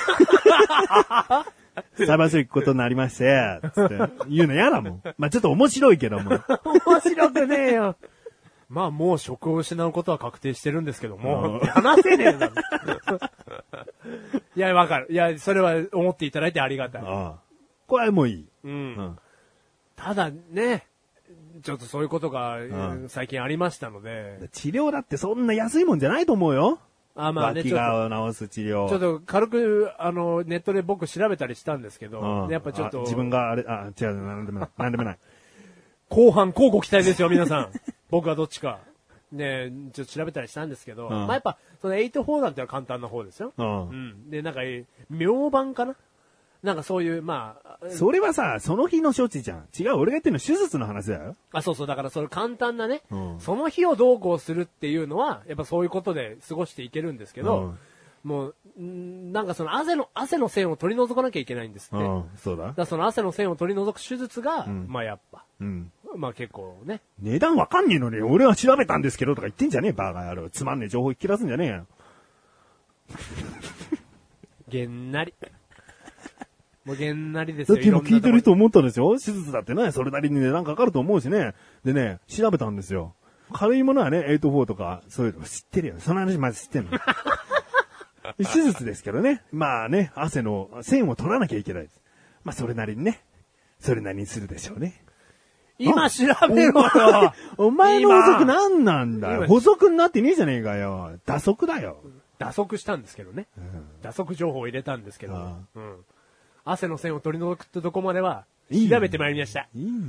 所行くことになりまして、つって言うの嫌だもん。まあちょっと面白いけども。 面白くねえよ。まあもう職を失うことは確定してるんですけども、話せねえな。いや、わかる。いや、それは思っていただいてありがたい。 これはもういい。 ただね、ちょっとそういうことが最近ありましたので。 治療だってそんな安いもんじゃないと思うよ。 まあね、 脇が治す治療。 ちょっと軽く、ネットで僕調べたりしたんですけど、やっぱちょっと。 自分が違う、なんでもない。 後半、交互期待ですよ、皆さん。僕はどっちか。ね、ちょっと調べたりしたんですけど、まあやっぱ、その8-4なんては簡単な方ですよ。で、なんか、明板かななんかそういう、まあ。 それはさ、その日の処置じゃん。違う、俺が言ってるのは手術の話だよ。 そうそう、だからそれ簡単なね、その日をどうこうするっていうのは、やっぱそういうことで過ごしていけるんですけど、もう、なんかその汗の線を取り除かなきゃいけないんですって。 そうだ。 だからその汗の線を取り除く手術が、まあやっぱ。まあ結構ね。 値段わかんねえのに、俺は調べたんですけどとか言ってんじゃねえ、バカ野郎。つまんねえ情報引き出すんじゃねえよ。 げんなり。もうげんなりですよ。 だって今聞いてる人思ったんですよ。手術だってね、それなりに値段かかると思うしね。でね、調べたんですよ。軽いものはね、8-4とか、そういうの知ってるよ。その話まず知ってんの。手術ですけどね。まあね、汗の線を取らなきゃいけないです。まあそれなりにね。それなりにするでしょうね。 今調べろよ。 お前の補足何なんだよ。補足になってねえじゃねえかよ。打足だよ。 打足したんですけどね。打足情報を入れたんですけど。汗の線を取り除くってとこまでは、調べてまいりました。 いいよ。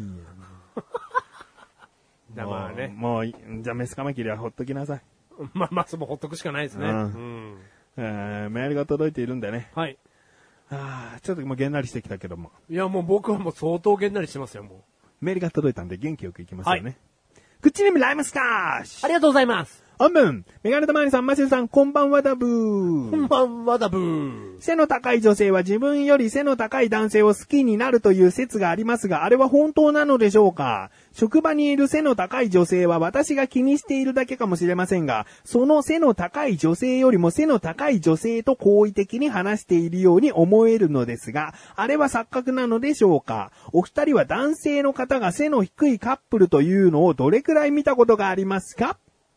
まあね。 もう、じゃあメスカマキリはほっときなさい。 まあ、そうほっとくしかないですね。 メールが届いているんでね。 はい。 ちょっともうげんなりしてきたけども。 いや、もう僕はもう相当げんなりしてますよ、もう。メールが届いたんで元気よくいきますよね。はい。口ネームライムスカッシュ。 ありがとうございます。 本文、メガネたまわりさん、マシュルさん、こんばんはだぶー。 こんばんはだぶー。 背の高い女性は自分より背の高い男性を好きになるという説がありますが、あれは本当なのでしょうか？職場にいる背の高い女性は私が気にしているだけかもしれませんが、その背の高い女性よりも背の高い女性と好意的に話しているように思えるのですが、あれは錯覚なのでしょうか？お二人は男性の方が背の低いカップルというのをどれくらい見たことがありますか？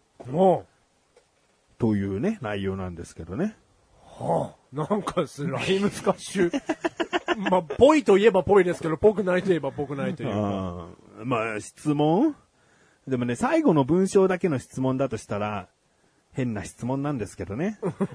というね、内容なんですけどね。 なんかライムスカッシュ。まあ、ぽいといえばぽいですけど、ぽくないといえばぽくないというか。 まあ、質問？でもね、最後の文章だけの質問だとしたら、変な質問なんですけどね。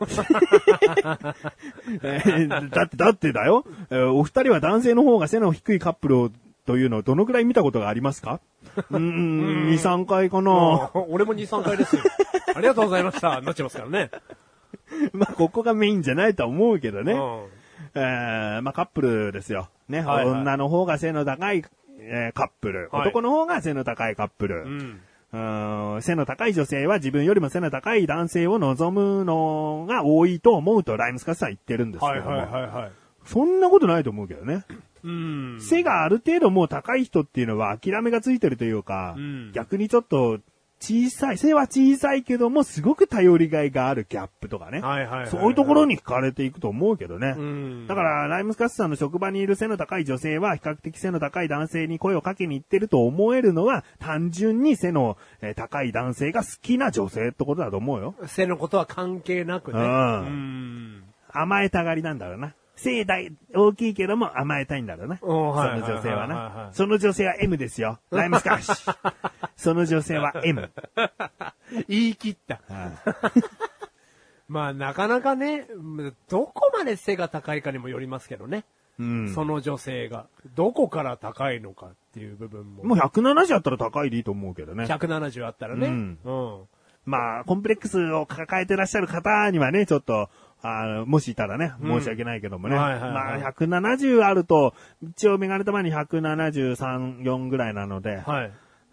だってだよ。お二人は男性の方が背の低いカップルをというのをどのくらい見たことがありますか？2、3回かな。 俺も2、3回ですよ。ありがとうございました。なっちゃいますからね。 まあ、ここがメインじゃないとは思うけどね。まあ、カップルですよ。ね。女の方が背の高い、カップル。男の方が背の高いカップル。背の高い女性は自分よりも背の高い男性を望むのが多いと思うとライムスカッシュさん言ってるんですけども。そんなことないと思うけどね。背がある程度もう高い人っていうのは諦めがついてるというか、逆にちょっと小さい、背は小さいけどもすごく頼りがいがあるギャップとかね。そういうところに惹かれていくと思うけどね。だからライムスカッシュさんの職場にいる背の高い女性は比較的背の高い男性に声をかけに行ってると思えるのは単純に背の高い男性が好きな女性ってことだと思うよ。 背のことは関係なくね。 甘えたがりなんだろうな。背大きいけども甘えたいんだろうな。その女性はな。その女性は M ですよ。ライムスカッシュ。その女性は M。 言い切った。まあなかなかね、どこまで背が高いかにもよりますけどね。その女性が。どこから高いのかっていう部分も。 もう170あったら高いでいいと思うけどね。 170あったらね。 まあ、コンプレックスを抱えてらっしゃる方にはね、ちょっと、もしいたらね、申し訳ないけどもね。まあ、170あると、一応メガネ玉に173、4ぐらいなので、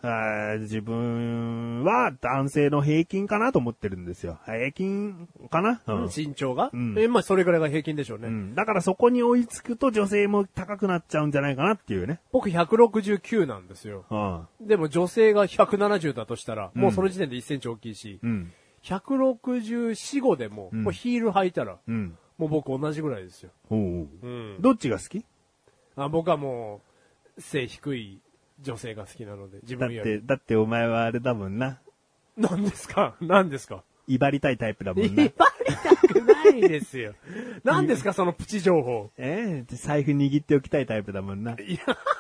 自分は男性の平均かなと思ってるんですよ。平均かな、 身長が、 まあそれぐらいが平均でしょうね。 だからそこに追いつくと女性も高くなっちゃうんじゃないかなっていうね。 僕169なんですよ。でも女性が170だとしたら、もうその時点で1センチ大きいし、164、5でも、もうヒール履いたら、もう僕同じぐらいですよ。 どっちが好き？ 僕はもう、背低い女性が好きなので、自分より。 だってお前はあれだもんな。 何ですか？何ですか？ 威張りたいタイプだもんな。 威張りたくないですよ。何ですかそのプチ情報。 財布握っておきたいタイプだもんな。い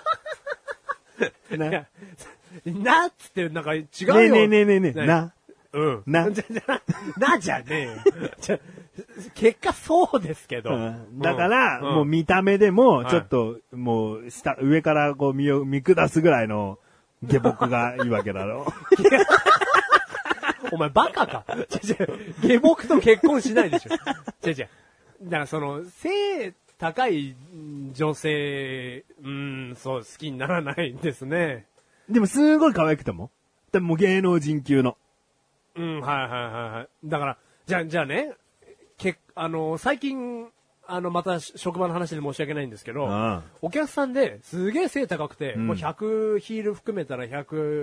や、なっつってなんか違うよ。 ねえ、な。 なじゃねえよ。結果そうですけど。 だから、もう見た目でも、ちょっと、もう、上からこう見下すぐらいの下僕がいいわけだろ。 お前バカか。下僕と結婚しないでしょ。だからその、背高い女性、そう、好きにならないんですね。 でもすごい可愛くても。でも芸能人級の。 はい。だから、じゃあね、最近、また職場の話で申し訳ないんですけど、お客さんですげえ背高くて、もう100ヒール含めたら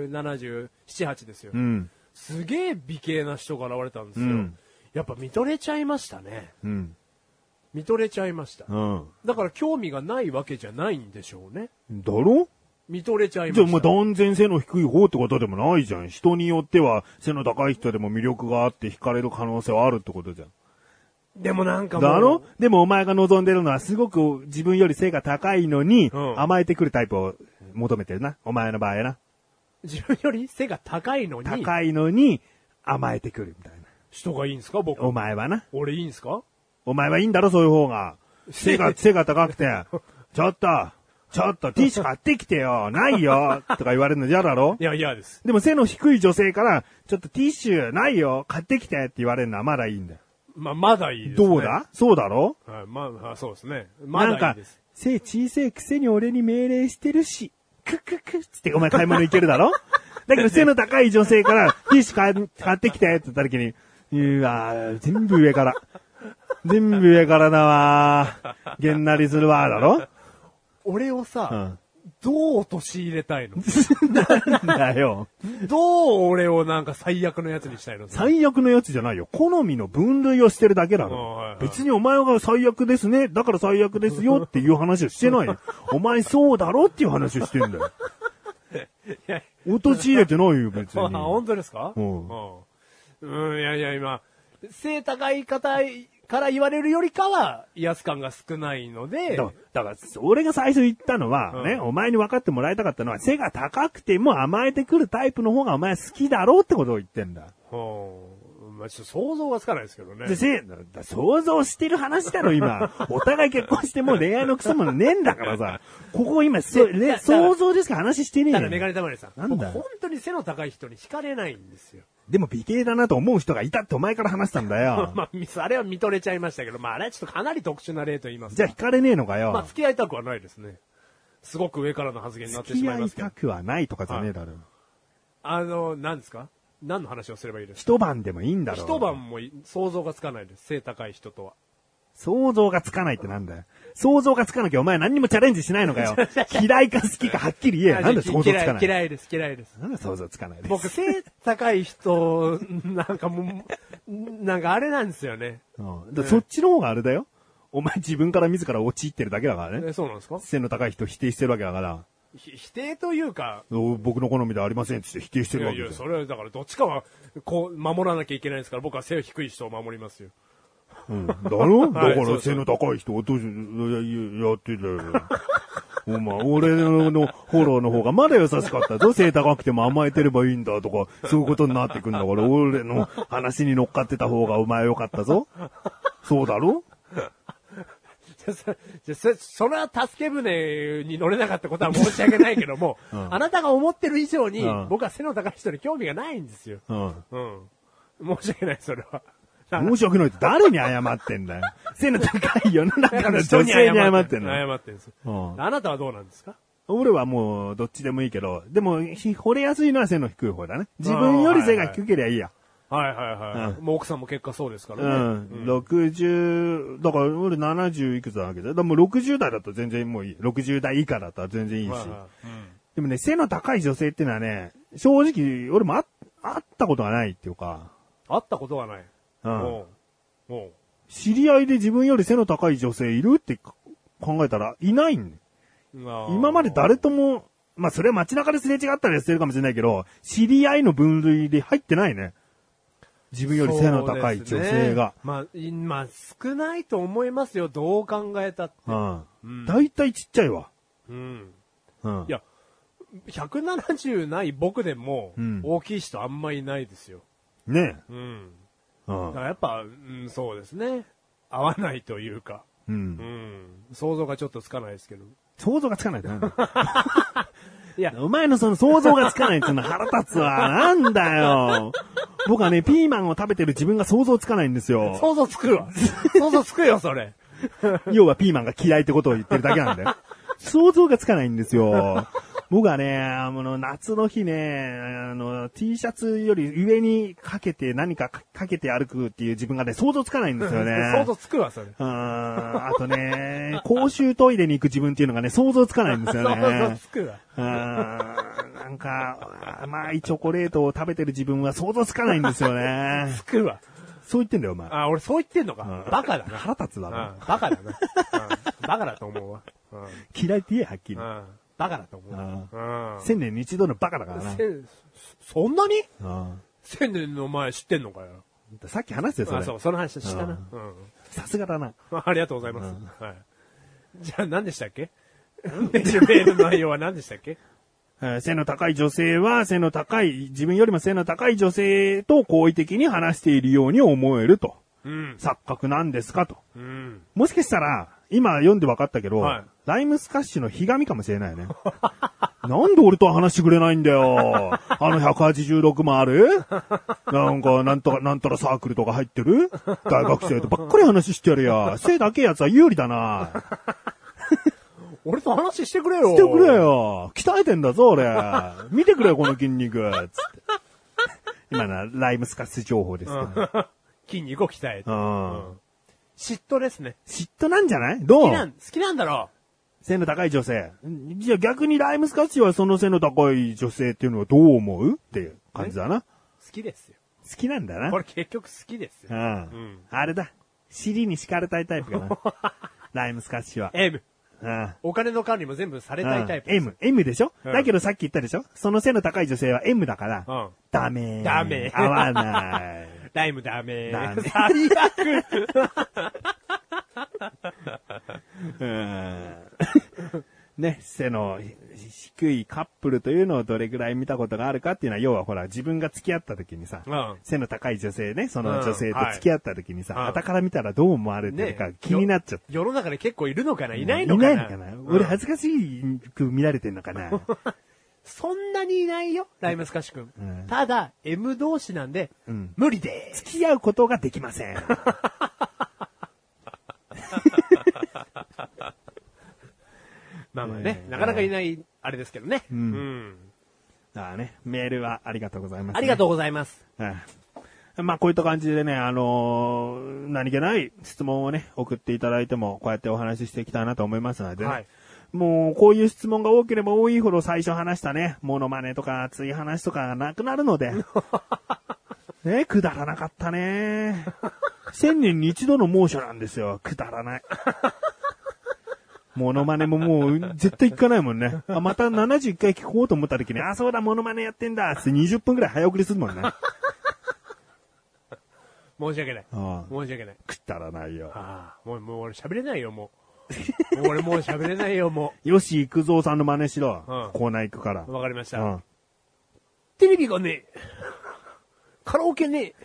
177、8ですよ。すげえ美形な人が現れたんですよ。やっぱ見とれちゃいましたね。見とれちゃいました。だから興味がないわけじゃないんでしょうね。 だろ？ 見とれちゃいました。 じゃあ断然背の低い方ってことでもないじゃん。人によっては背の高い人でも魅力があって惹かれる可能性はあるってことじゃん。 でもなんかもう。 だろ？でもお前が望んでるのはすごく自分より背が高いのに、甘えてくるタイプを求めてるな。お前の場合な。 自分より背が高いのに甘えてくるみたいな。 人がいいんですか僕。 お前はな。 俺いいんですか？ お前はいいんだろそういう方が。背が高くて、ちょっと、ティッシュ買ってきてよ、ないよ、とか言われるの嫌だろ？ いや、嫌です。 でも背の低い女性から、ちょっとティッシュないよ、買ってきてって言われるのはまだいいんだよ。 まだいいですね。 どうだ？そうだろ？ はい、そうですね。まだいいです。 背小さいくせに俺に命令してるし、クつってお前買い物行けるだろ？だけど背の高い女性から、ティッシュ買ってきてって言った時に、全部上からだわー。げんなりするわーだろ？ 俺をさ、どう陥れたいの？ なんだよ。 どう俺をなんか最悪のやつにしたいの？ 最悪のやつじゃないよ。好みの分類をしてるだけだろ。別にお前が最悪ですね。だから最悪ですよっていう話をしてないよ。お前そうだろっていう話をしてんだよ。陥れてないよ、別に。 本当ですか？いや、今、背高い方から言われるよりかは、威圧感が少ないので。 だから、俺が最初言ったのは、ね、お前に分かってもらいたかったのは、背が高くても甘えてくるタイプの方がお前好きだろうってことを言ってんだ。 ちょっと想像がつかないですけどね。 想像してる話だろ、今。お互い結婚してもう恋愛のクソもねえんだからさ。ここ今、想像でしか話してねえよ。 ただメガネたまりさん。僕本当に背の高い人に惹かれないんですよ。 でも美形だなと思う人がいたってお前から話したんだよ。 あれは見とれちゃいましたけど、あれはちょっとかなり特殊な例と言いますか。 じゃあ惹かれねえのかよ。 付き合いたくはないですね。すごく上からの発言になってしまいますけど。 付き合いたくはないとかじゃねえだろ。 何ですか？何の話をすればいいですか？ 一晩でもいいんだろう。 一晩も想像がつかないです。背高い人とは。 想像がつかないってなんだよ。想像がつかなきゃお前何にもチャレンジしないのかよ。嫌いか好きかはっきり言えよ。なんで想像つかない？ 嫌いです。 なんで想像つかないです？ 僕背高い人、なんかもう、なんかあれなんですよね。 そっちの方があれだよ。お前自分から自ら陥ってるだけだからね。 そうなんですか？ 背の高い人否定してるわけだから。 否定というか、 僕の好みではありませんって否定してるわけだよ。 いや、それはだからどっちかは、守らなきゃいけないんですから、僕は背低い人を守りますよ。 だろ？だから背の高い人をやってたよ。お前、俺のフォローの方がまだ優しかったぞ。背高くても甘えてればいいんだとか、そういうことになってくんだから、俺の話に乗っかってた方がお前良かったぞ。そうだろ？ それは助け舟に乗れなかったことは申し訳ないけども、あなたが思ってる以上に、僕は背の高い人に興味がないんですよ。申し訳ない、それは。 申し訳ないって誰に謝ってんだよ。背の高い世の中の女性に謝ってんの。 謝ってんです。あなたはどうなんですか？ 俺はもうどっちでもいいけど、でも惚れやすいのは背の低い方だね。自分より背が低ければいいや。 はいはいはい。もう奥さんも結果そうですからね。 60、だから俺70いくつなわけだ。でも60代だと全然もういい。60代以下だったら全然いいし。でもね、背の高い女性っていうのはね、正直俺も会ったことがないっていうか。 会ったことがない。 知り合いで自分より背の高い女性いるって考えたらいないんだよ。今まで誰とも、まあそれは街中ですれ違ったりしてるかもしれないけど、知り合いの分類で入ってないね。自分より背の高い女性が。 まあ、少ないと思いますよ。どう考えたって。 だいたいちっちゃいわ。 いや、170ない僕でも、大きい人あんまいないですよ。 ねえ。 だからやっぱ、そうですね。合わないというか。想像がちょっとつかないですけど。 想像がつかないってなんだいや、お前のその想像がつかないっていうのは腹立つわ。なんだよ。僕はね、ピーマンを食べてる自分が想像つかないんですよ。 想像つくわ。想像つくよ、それ。 要はピーマンが嫌いってことを言ってるだけなんだよ。想像がつかないんですよ。僕はね、夏の日ね、T シャツより上にかけて何かかけて歩くっていう自分がね、想像つかないんですよね。 想像つくわ、それ。 あとね、公衆トイレに行く自分っていうのがね、想像つかないんですよね。 想像つくわ。 なんか、甘いチョコレートを食べてる自分は想像つかないんですよね。 つくわ。 そう言ってんだよ、お前。 俺そう言ってんのか。バカだな。 腹立つだろ。 バカだな。バカだと思うわ。 嫌いって言え、はっきり。 バカだと思う。 1000年に一度のバカだからな。 そんなに ?1000 年の前知ってんのかよ。 さっき話してよ、それ。 そう、その話したな。 さすがだな。 ありがとうございます。じゃあ何でしたっけメールの内容は何でしたっけ背の高い女性は自分よりも背の高い女性と好意的に話しているように思えると。錯覚なんですかと。もしかしたら、今読んで分かったけど、ライムスカッシュのひがみかもしれないね。なんで俺とは話してくれないんだよ。186もあるなんか、なんとらサークルとか入ってる大学生とばっかり話してやるや。背だけやつは有利だな。 俺と話してくれよ。 してくれよ。鍛えてんだぞ、俺。見てくれよ、この筋肉。つって。今のはライムスカッシュ情報ですから。 筋肉を鍛えて。嫉妬ですね。 嫉妬なんじゃないどう好きなんだろう。背の高い女性。じゃあ逆にライムスカッシュはその背の高い女性っていうのはどう思うっていう感じだな。 好きですよ。 好きなんだな。 これ結局好きですよ。 あれだ。尻に敷かれたいタイプかな。ライムスカッシュは。 M。お金の管理も全部されたいタイプです。 M でしょ、だけどさっき言ったでしょその背の高い女性は M だから、ダメ。合わない。 ライムダメ。最悪。 ね、背の低いカップルというのをどれぐらい見たことがあるかっていうのは、要はほら、自分が付き合った時にさ、背の高い女性ね、その女性と付き合った時にさ、傍から見たらどう思われてるか気になっちゃって。 世の中で結構いるのかないないのかな、 いないのかな、俺恥ずかしく見られてんのかなそんなにいないよ、ライムスカッシュ君。ただ、M 同士なんで、無理でーす。 付き合うことができません。 まあまあね、なかなかいない、あれですけどね。 だからね、メールはありがとうございます、 ありがとうございます。 まあこういった感じでね、何気ない質問をね、送っていただいても、こうやってお話ししていきたいなと思いますので、もうこういう質問が多ければ多いほど最初話したね、モノマネとか熱い話とかがなくなるので、ね、くだらなかったね。1000年に一度の猛暑なんですよ。くだらない。モノマネももう絶対聞かないもんね。また71回聞こうと思った時に、そうだ、モノマネやってんだって20分くらい早送りするもんね。 申し訳ない。申し訳ない。 くだらないよ。 もう俺喋れないよ、もう。俺もう喋れないよ、もう。よし、行蔵さんの真似しろ。コーナー行くから。 わかりました。テレビがね、カラオケね、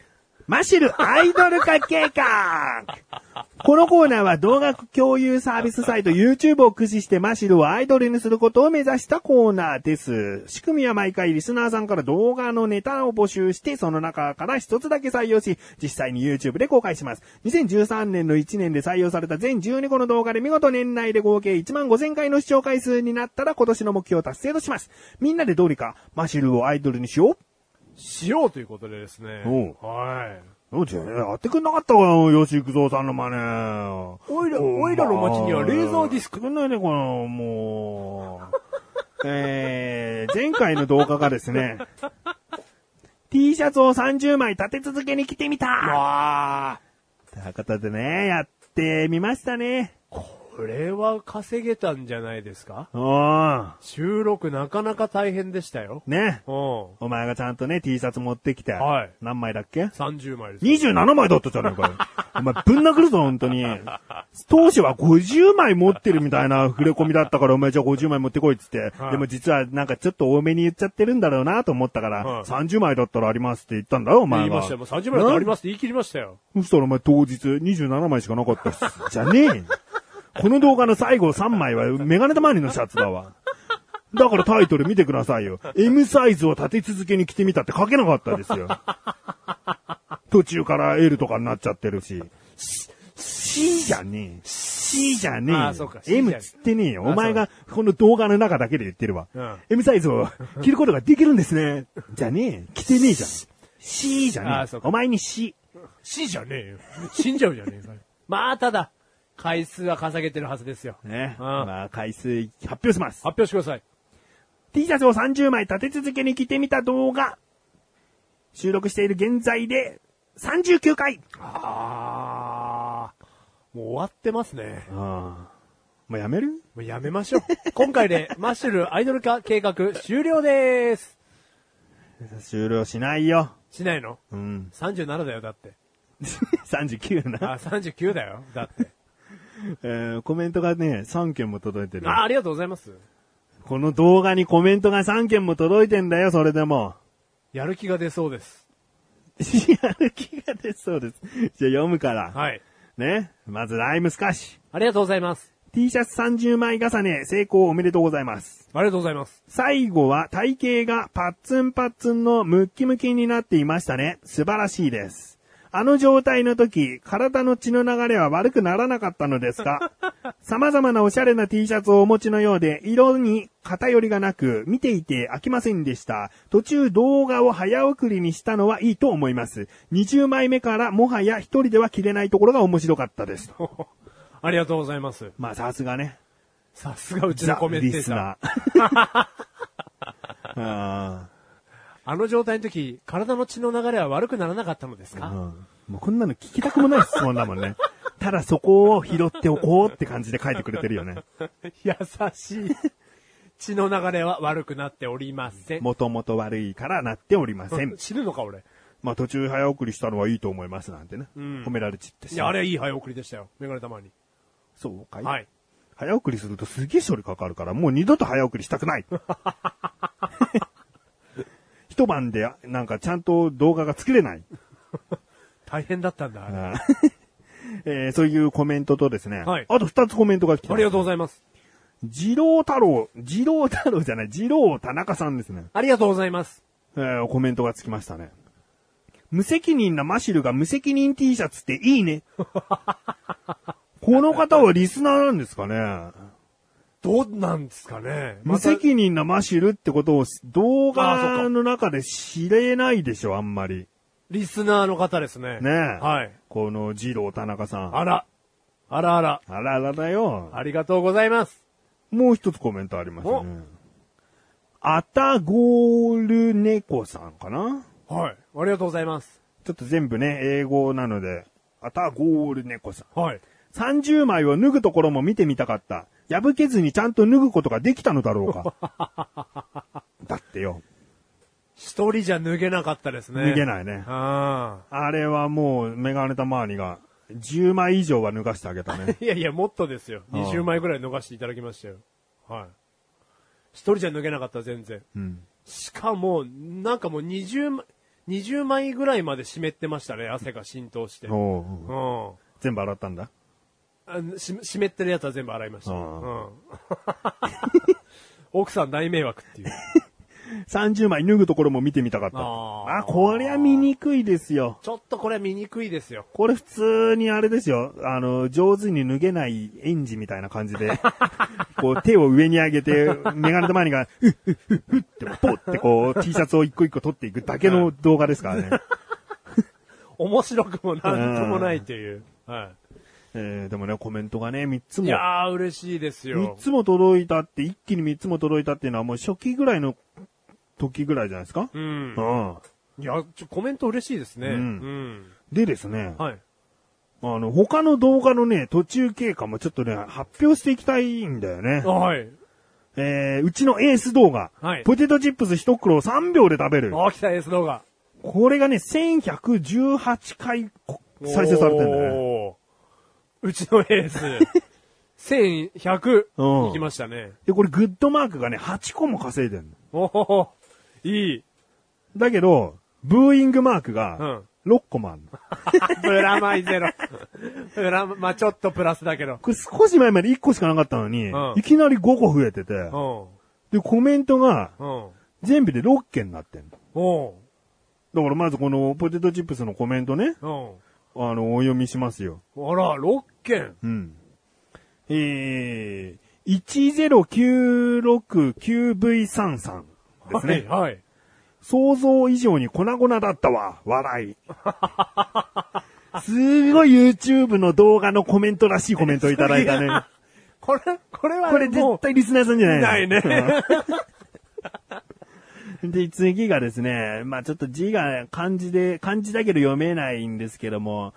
マシルアイドル化計画。このコーナーは動画共有サービスサイト YouTube を駆使してマシルをアイドルにすることを目指したコーナーです。仕組みは毎回リスナーさんから動画のネタを募集して、その中から一つだけ採用し、実際に YouTube で公開します。2013年の1年で採用された全12個の動画で見事年内で合計15,000回の視聴回数になったら今年の目標達成とします。みんなでどうにかマシルをアイドルにしようということでですね。はい。 やってくんなかったかよ、吉幾三さんの真似。 おいらの街には冷蔵ディスク。 くんないね、もう。前回の動画がですね、T シャツを30枚立て続けに着てみたということでね、やってみましたね。 これは稼げたんじゃないですか？収録なかなか大変でしたよ。 ね。お前がちゃんとね、T シャツ持ってきて。 はい。 何枚だっけ ?30 枚です。 27枚だったじゃないかよ。お前ぶん殴るぞ、本当に。当初は50枚持ってるみたいな触れ込みだったから、お前じゃあ50枚持ってこいっつって。はい、でも実はなんかちょっと多めに言っちゃってるんだろうなと思ったから、はい、30枚だったらありますって言ったんだよ、お前は。 言いましたよ。もう30枚だったらありますって言い切りましたよ。 そしたらお前当日27枚しかなかったし。じゃねえ。この動画の最後3枚はメガネたまわりのシャツだわ。だからタイトル見てくださいよ。M サイズを立て続けに着てみたって書けなかったですよ。途中から L とかになっちゃってるし。C じゃねえ。C じゃねえ。 ああ、そうか。 M つってねえよ。お前がこの動画の中だけで言ってるわ。M サイズを着ることができるんですね。じゃねえ。着てねえじゃん。C じゃねえ。お前に C。 C じゃねえよ。死んじゃうじゃねえか。まあ、ただ。回数は稼げてるはずですよ。 ね。まあ、回数発表します。 発表してください。 T シャツを30枚立て続けに着てみた動画。収録している現在で39回。 もう終わってますね。 もうやめる？ もうやめましょう。今回でマッシュルアイドル化計画終了です。 終了しないよ。 しないの？ うん。 37だよ、だって。 39な。 39だよ、だって。 コメントがね、3件も届いてる。 ありがとうございます。 この動画にコメントが3件も届いてんだよ、それでも。 やる気が出そうです。 やる気が出そうです。じゃあ読むから。 はい。 ね。まずライムスカッシュ。 ありがとうございます。 T シャツ30枚重ね、成功おめでとうございます。 ありがとうございます。 最後は体型がパッツンパッツンのムッキムキになっていましたね。素晴らしいです。あの状態の時、体の血の流れは悪くならなかったのですか？様々なおしゃれな T シャツをお持ちのようで、色に偏りがなく、見ていて飽きませんでした。途中動画を早送りにしたのはいいと思います。20枚目からもはや一人では着れないところが面白かったです。 ありがとうございます。 まあさすがね。 さすがうちのコメンテーター。あの状態の時、体の血の流れは悪くならなかったのですか？ もうこんなの聞きたくもない質問だもんね。ただそこを拾っておこうって感じで書いてくれてるよね。 優しい。血の流れは悪くなっておりません。 もともと悪いからなっておりません。 死ぬのか俺。 まあ途中早送りしたのはいいと思いますなんてね。褒められちっていや、あれはいい早送りでしたよ。メガネたまに。 そうかい？ はい。 早送りするとすげえ処理かかるから、もう二度と早送りしたくない。一晩でなんかちゃんと動画が作れない。 大変だったんだ。 そういうコメントとですね。 はい。 あと2つコメントが来てます。 ありがとうございます。 二郎田中さんですね。 ありがとうございます。 コメントがつきましたね。無責任なマシルが無責任 T シャツっていいね。この方はリスナーなんですかね。 どうなんですかね。 無責任なマシルってことを動画の中で知れないでしょ、あんまり。 リスナーの方ですね。 ねえ。 はい。 この二郎田中さん。 あらだよ。 ありがとうございます。 もう一つコメントありますね。アタゴールネコさんかな？ はい。ありがとうございます。 ちょっと全部ね、英語なので、アタゴールネコさん。 はい。 30枚を脱ぐところも見てみたかった。破けずにちゃんと脱ぐことができたのだろうか。だってよ。 一人じゃ脱げなかったですね。 脱げないね。あれはもうメガネたまわりが10枚以上は脱がしてあげたね。 いや、もっとですよ。20枚ぐらい脱がしていただきましたよ。はい。一人じゃ脱げなかった全然。しかも、なんかもう20 20枚ぐらいまで湿ってましたね、汗が浸透して。 全部洗ったんだ。 湿ってるやつは全部洗いました。奥さん大迷惑っていう。 30枚脱ぐところも見てみたかった。こりゃ見にくいですよ。 ちょっとこれ見にくいですよ。 これ普通にあれですよ。上手に脱げない園児みたいな感じで、こう手を上に上げて、メガネと前にが、ふってポってこう T シャツを一個一個取っていくだけの動画ですからね。 面白くもなんともないという。はい。 でもね、コメントがね、3つも。 いやー、嬉しいですよ。 3つも届いたって、一気に3つも届いたっていうのはもう初期ぐらいの時ぐらいじゃないですか？ いや、コメント嬉しいですね。 でですね。 はい。 他の動画のね、途中経過もちょっとね、発表していきたいんだよね。 はい。 うちのエース動画。 はい。 ポテトチップス1袋を3秒で食べる。 来たエース動画。 これがね、1118回再生されてるんだよね。 うちのエース。1100いきましたね。 で、これグッドマークがね、8個も稼いでるの。いい。 だけど、ブーイングマークが、6個もあるの。 プラマイゼロ。まあ、ちょっとプラスだけど。 これ少し前まで1個しかなかったのに、いきなり5個増えてて、で、コメントが、全部で6件になってんの。だからまずこのポテトチップスのコメントね、お読みしますよ。 あら、6件。 10969V33 ですね。 はい。 想像以上に粉々だったわ、笑い。すごい YouTube の動画のコメントらしいコメントをいただいたね。 これはこれ絶対リスナーさんじゃないの？ないね。 で、次がですね、まあちょっと字が漢字だけど読めないんですけども、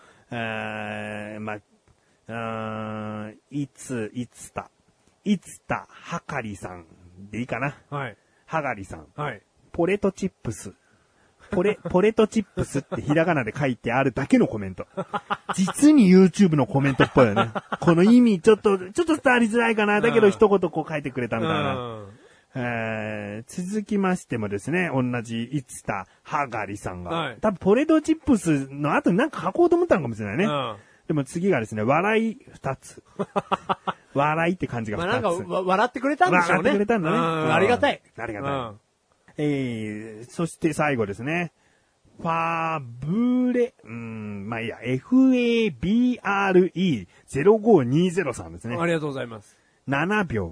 いつた、はかりさんでいいかな。 はい。 はがりさん。 はい。 ポレトチップス。ポレトチップスってひらがなで書いてあるだけのコメント。実に YouTube のコメントっぽいよね。この意味ちょっと伝わりづらいかな。だけど一言こう書いてくれたみたいな。続きましてもですね、同じいつたはがりさんが、多分ポレトチップスの後になんか書こうと思ったのかもしれないね。でも次がですね、笑い2つ。笑いって感じが2つ。 なんか笑ってくれたんでしょうね。 笑ってくれたんだね。 ありがたい。 ありがたい。そして最後ですね。ファブレ、まあいいや、FABRE0520 さんですね。 ありがとうございます。 7秒。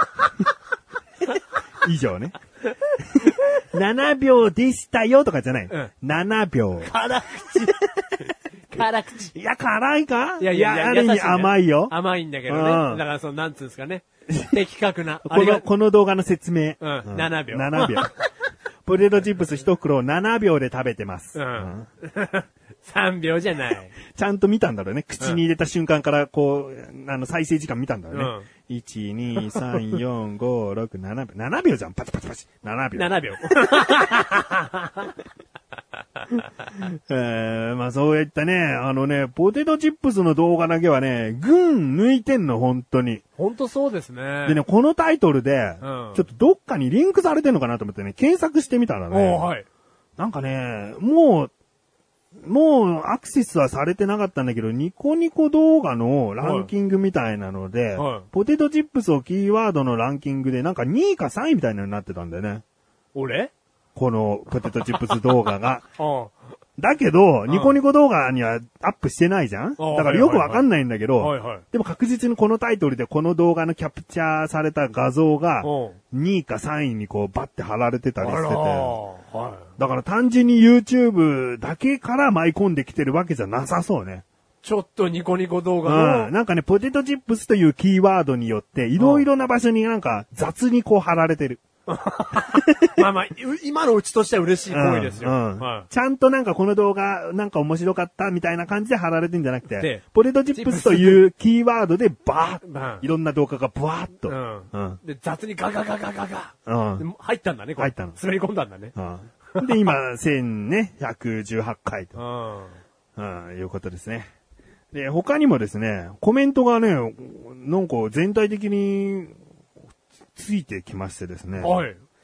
以上ね。7秒でしたよとかじゃない。7秒。 辛口。 いや、辛いか？ いや、 ある意味甘いよ。 甘いんだけどね。だからなんつうんですかね。的確な。 この動画の説明。 7秒。 7秒。ポテトチップス1袋を7秒で食べてます。 3秒じゃない。 ちゃんと見たんだろうね。口に入れた瞬間からこう、再生時間見たんだろうね。1、2、3、4、5、6、7秒。7秒じゃん。パチパチパチ。7秒。 7秒。 まあそういったね、ポテトチップスの動画だけはね、群抜いてんの、本当に。 本当そうですね。 でね、このタイトルで、ちょっとどっかにリンクされてんのかなと思ってね、検索してみたらね、なんかね、もうアクセスはされてなかったんだけど、ニコニコ動画のランキングみたいなので、ポテトチップスをキーワードのランキングでなんか2位か3位みたいなのになってたんだよね。 俺？ このポテトチップス動画が。だけど、ニコニコ動画にはアップしてないじゃん？だからよくわかんないんだけど、でも確実にこのタイトルでこの動画のキャプチャーされた画像が2位か3位にこうバッて貼られてたりしてて、だから単純に YouTube だけから舞い込んできてるわけじゃなさそうね。 ちょっとニコニコ動画の、 なんかね、ポテトチップスというキーワードによっていろいろな場所になんか雑にこう貼られてる。 まあ、今のうちとしては嬉しい行為ですよ。 ちゃんとなんかこの動画なんか面白かったみたいな感じで貼られてんじゃなくて、ポテトチップスというキーワードでバーッ、いろんな動画がバーッと。 で、雑にガガガガガガ。入ったんだね、これ。 入ったの。 滑り込んだんだね。 で、今、1118回と。いうことですね。で、他にもですね、コメントがね、なんか全体的に、ついてきましてですね。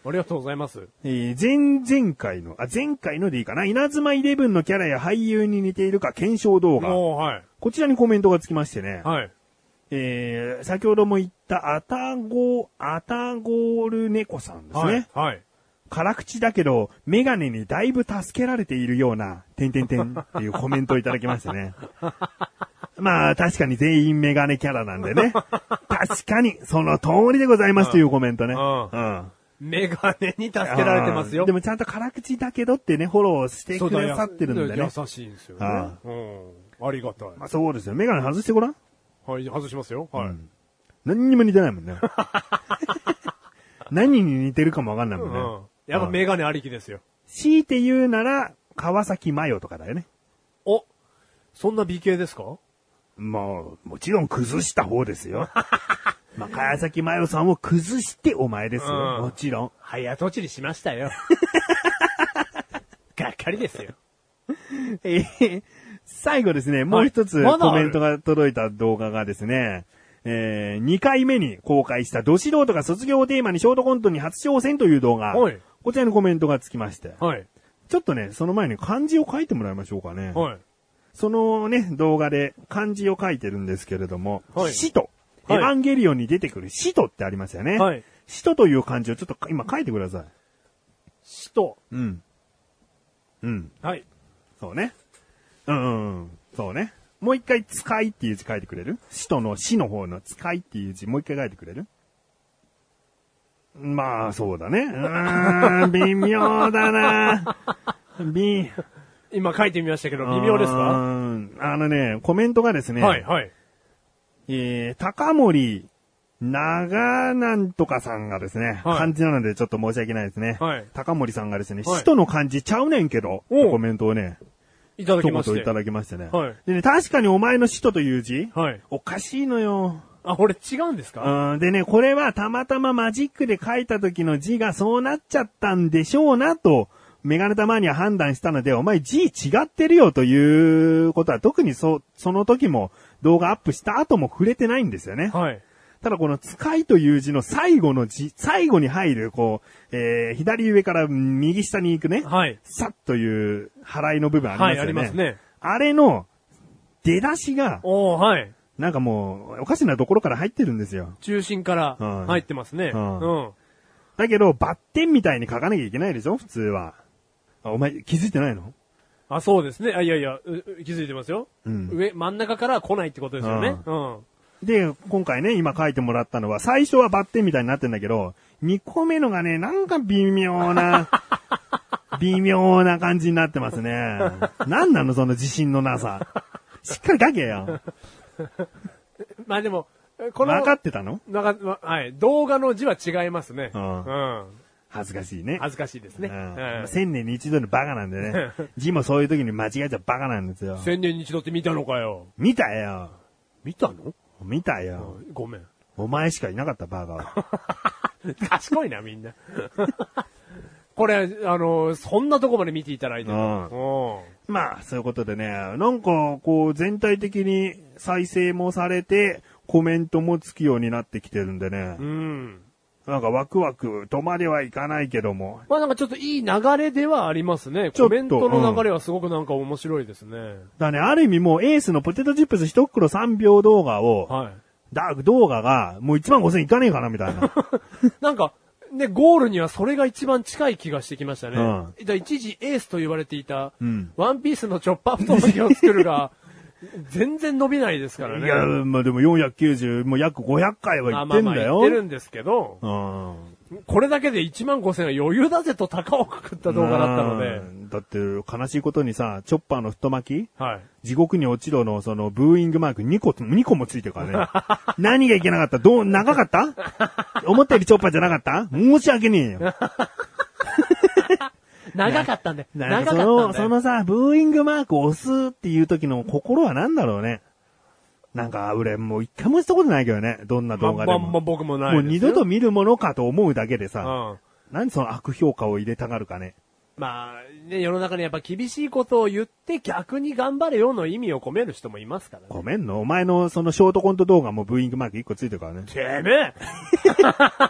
ありがとうございます。 前回のでいいかな。稲妻イレブンのキャラや俳優に似ているか検証動画。 はい。 こちらにコメントがつきましてね。 はい。 先ほども言ったアタゴール猫さんですね。 はい。はい。 辛口だけど、メガネにだいぶ助けられているような、っていうコメントをいただきましたね。まあ、確かに全員メガネキャラなんでね。確かに、その通りでございますというコメントね。 メガネに助けられてますよ。 でもちゃんと辛口だけどってね、フォローしてくださってるんでね。 優しいんですよね。ありがたい。 まあそうですよ。メガネ外してごらん。 はい、外しますよ。はい。 何にも似てないもんね。何に似てるかもわかんないもんね。 やっぱメガネありきですよ。 強いて言うなら、川崎麻世とかだよね。 お、そんな美形ですか？ まあ、もちろん崩した方ですよ。まあ、川崎麻世さんを崩してお前ですよ。もちろん。 早とちりしましたよ。がっかりですよ。 最後ですね、もう一つコメントが届いた動画がですね、2回目に公開したド素人が卒業をテーマにショートコントに初挑戦という動画。はい。こちらにコメントがつきまして。はい。ちょっとね、その前に漢字を書いてもらいましょうかね。はい。そのね、動画で漢字を書いてるんですけれども、はい。使徒。エヴァンゲリオンに出てくる使徒ってありますよね。はい。使徒という漢字をちょっと今書いてください。 使徒。 うん。うん。 はい。 そうね。そうね。もう一回使いっていう字書いてくれる？使徒の死の方の使いっていう字もう一回書いてくれる？まあ、そうだね。微妙だな。 今書いてみましたけど、微妙ですか？ コメントがですね。はいはい。高森長なんとかさんがですね、はい、漢字なのでちょっと申し訳ないですね。はい、高森さんがですね、使徒の漢字ちゃうねんけど、コメントをね、 いただきまして。 いただきましてね。はい。でね、確かにお前の使徒という字、はい。おかしいのよ。 あ、これ違うんですか？ でね、これはたまたまマジックで書いた時の字がそうなっちゃったんでしょうなと、メガネたまには判断したので、お前字違ってるよということは特にその時も動画アップした後も触れてないんですよね。はい。ただこの使いという字の最後の字、最後に入る、左上から右下に行くね。はい。さっという払いの部分ありますよね。はい、ありますね。あれの出だしが、はい。なんかもう、おかしなところから入ってるんですよ。 中心から入ってますね。うん。 だけど、バッテンみたいに書かなきゃいけないでしょ普通は。お前気づいてないの？ あ、そうですね。いや、気づいてますよ。うん。真ん中から来ないってことですよね。うん。 で、今回ね、今書いてもらったのは、最初はバッテンみたいになってんだけど、2個目のがね、なんか微妙な感じになってますね。なんなのその自信のなさ。しっかり書けよ。 まあでも、 分かってたの？ はい。動画の字は違いますね。うん。 恥ずかしいね。 恥ずかしいですね。 1000年に一度のバカなんでね。字もそういう時に間違えちゃバカなんですよ。 1000年に一度って見たのかよ。 見たよ。 見たの？ 見たよ。 ごめん。 お前しかいなかったバカは。 賢いな、みんな。これ、そんなとこまで見ていただいて。まあ、そういうことでね、なんか、全体的に再生もされて、コメントもつくようになってきてるんでね。うん。なんかワクワク止まではいかないけども。 まあなんかちょっといい流れではありますね。コメントの流れはすごくなんか面白いですね。 だね、ある意味もうエースのポテトチップス一袋3秒動画を、はい。動画がもう15000いかねえかなみたいな。 なんか、ね、ゴールにはそれが一番近い気がしてきましたね。うん。一時エースと言われていた、うん、ワンピースのチョッパー太巻きを作るが、全然伸びないですからね。 いや、まあでも490、もう約500回は言ってんだよ。 言ってるんですけど、これだけで15000は余裕だぜと高をくくった動画だったので。 だって悲しいことにさ、チョッパーの太巻き、はい、地獄に落ちろのそのブーイングマーク2個もついてるからね。何がいけなかった？長かった？思ったよりチョッパーじゃなかった？申し訳ねえよ。 長かったんで。長かったんで。 そのさ、ブーイングマークを押すっていう時の心は何だろうね。なんか、俺もう一回もしたことないけどね。どんな動画でも。 まあ、僕もないですよ。もう二度と見るものかと思うだけでさ、何その悪評価を入れたがるかね。 まあ、ね、世の中にやっぱ厳しいことを言って逆に頑張れよの意味を込める人もいますからね。 込めんの？お前のそのショートコント動画もブーイングマーク1個ついてるからね。 てめえ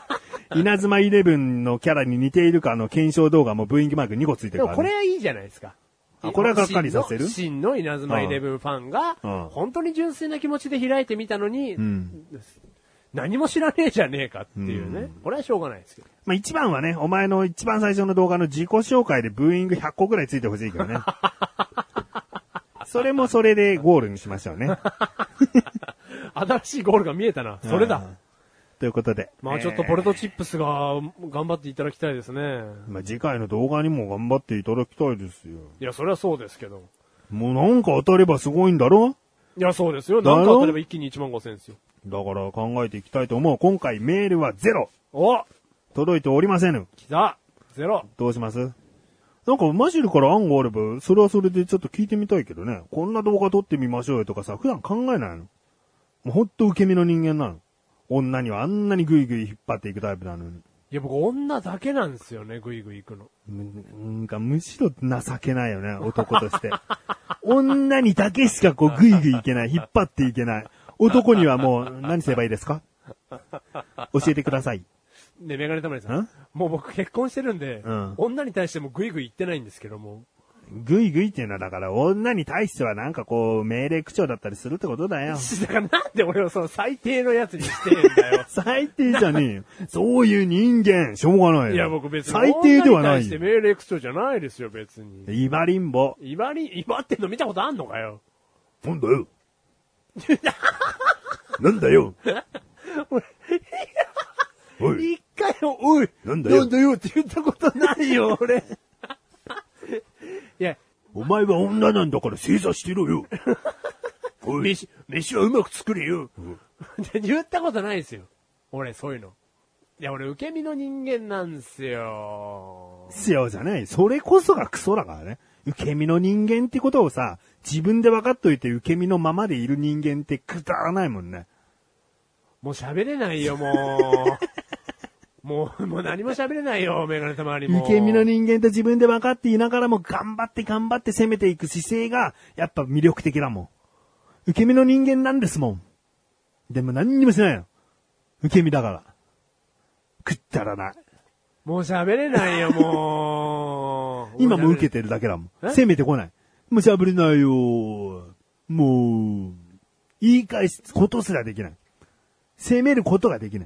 稲妻イレブンのキャラに似ているかの検証動画もブーイングマーク2個ついてるから、ね。 でもこれはいいじゃないですか。 これはがっかりさせる？ 真の稲妻イレブンファンが、本当に純粋な気持ちで開いてみたのに、何も知らねえじゃねえかっていうね。これはしょうがないですけど。 まあ一番はね、お前の一番最初の動画の自己紹介でブーイング100個くらいついてほしいけどね。それもそれでゴールにしましょうね。 新しいゴールが見えたな。それだ。 ということで。 まあちょっとポテトチップスが頑張っていただきたいですね。 まあ次回の動画にも頑張っていただきたいですよ。 いや、それはそうですけど。 もうなんか当たればすごいんだろ？ いや、そうですよ。なんか当たれば一気に15,000ですよ。 だから考えていきたいと思う。今回メールは0。 お！ 届いておりません。 来た！ 0。 どうします？なんかマジルから案があれば、それはそれでちょっと聞いてみたいけどね。こんな動画撮ってみましょうよとかさ、普段考えないの。もうほんと受け身の人間なの。女にはあんなにグイグイ引っ張っていくタイプなのに。 いや、僕女だけなんですよね、グイグイ行くの。 なんかむしろ情けないよね、男として。女にだけしかこうグイグイいけない、引っ張っていけない。男にはもう何すればいいですか？教えてください。 ね、メガネたまりさん。もう僕結婚してるんで、女に対してもグイグイ言ってないんですけども。 グイグイっていうのはだから女に対してはなんかこう命令口調だったりするってことだよ。 だからなんで俺をその最低のやつにしてんだよ。 最低じゃねえよ。そういう人間、しょうがないよ。 いや僕別に最低ではない。 女に対して命令口調じゃないですよ別に。 イバリンボ。 イバってんの見たことあんのかよ。 なんだよ。なんだよ。 おい。一回も、おい。 なんだよ。 なんだよって言ったことないよ、俺。いや。 お前は女なんだから正座してろよ。 おい。飯はうまく作れよ。言ったことないですよ。俺、そういうの。いや、俺、受け身の人間なんですよ。 よじゃない。それこそがクソだからね。受け身の人間ってことをさ、自分で分かっといて受け身のままでいる人間ってくだらないもんね。 もう喋れないよ、もう。もう何も喋れないよ、メガネたまわりも。 受け身の人間と自分で分かっていながらも頑張って攻めていく姿勢が、やっぱ魅力的だもん。受け身の人間なんですもん。でも何にもしないよ。受け身だから。くったらない。 もう喋れないよ、もう。今も受けてるだけだもん。攻めてこない。もう喋れないよ。もう、言い返すことすらできない。攻めることができない。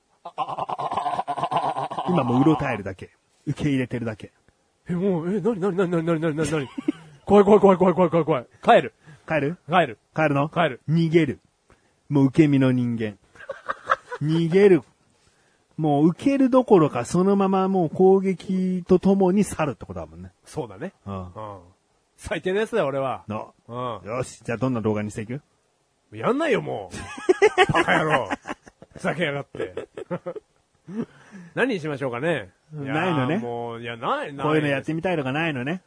今もうろたえるだけ。受け入れてるだけ。 なに怖い。帰るの帰る。 逃げる。もう受け身の人間。逃げる。もう受けるどころかそのままもう攻撃とともに去るってことだもんね。 そうだね。最低なやつだよ、俺は。 よし。じゃあどんな動画にしていく？ やんないよ、もう。バカ野郎。ふざけやがって。何にしましょうかね。 ないのね。 もう、ない。 こういうのやってみたいのがないのね。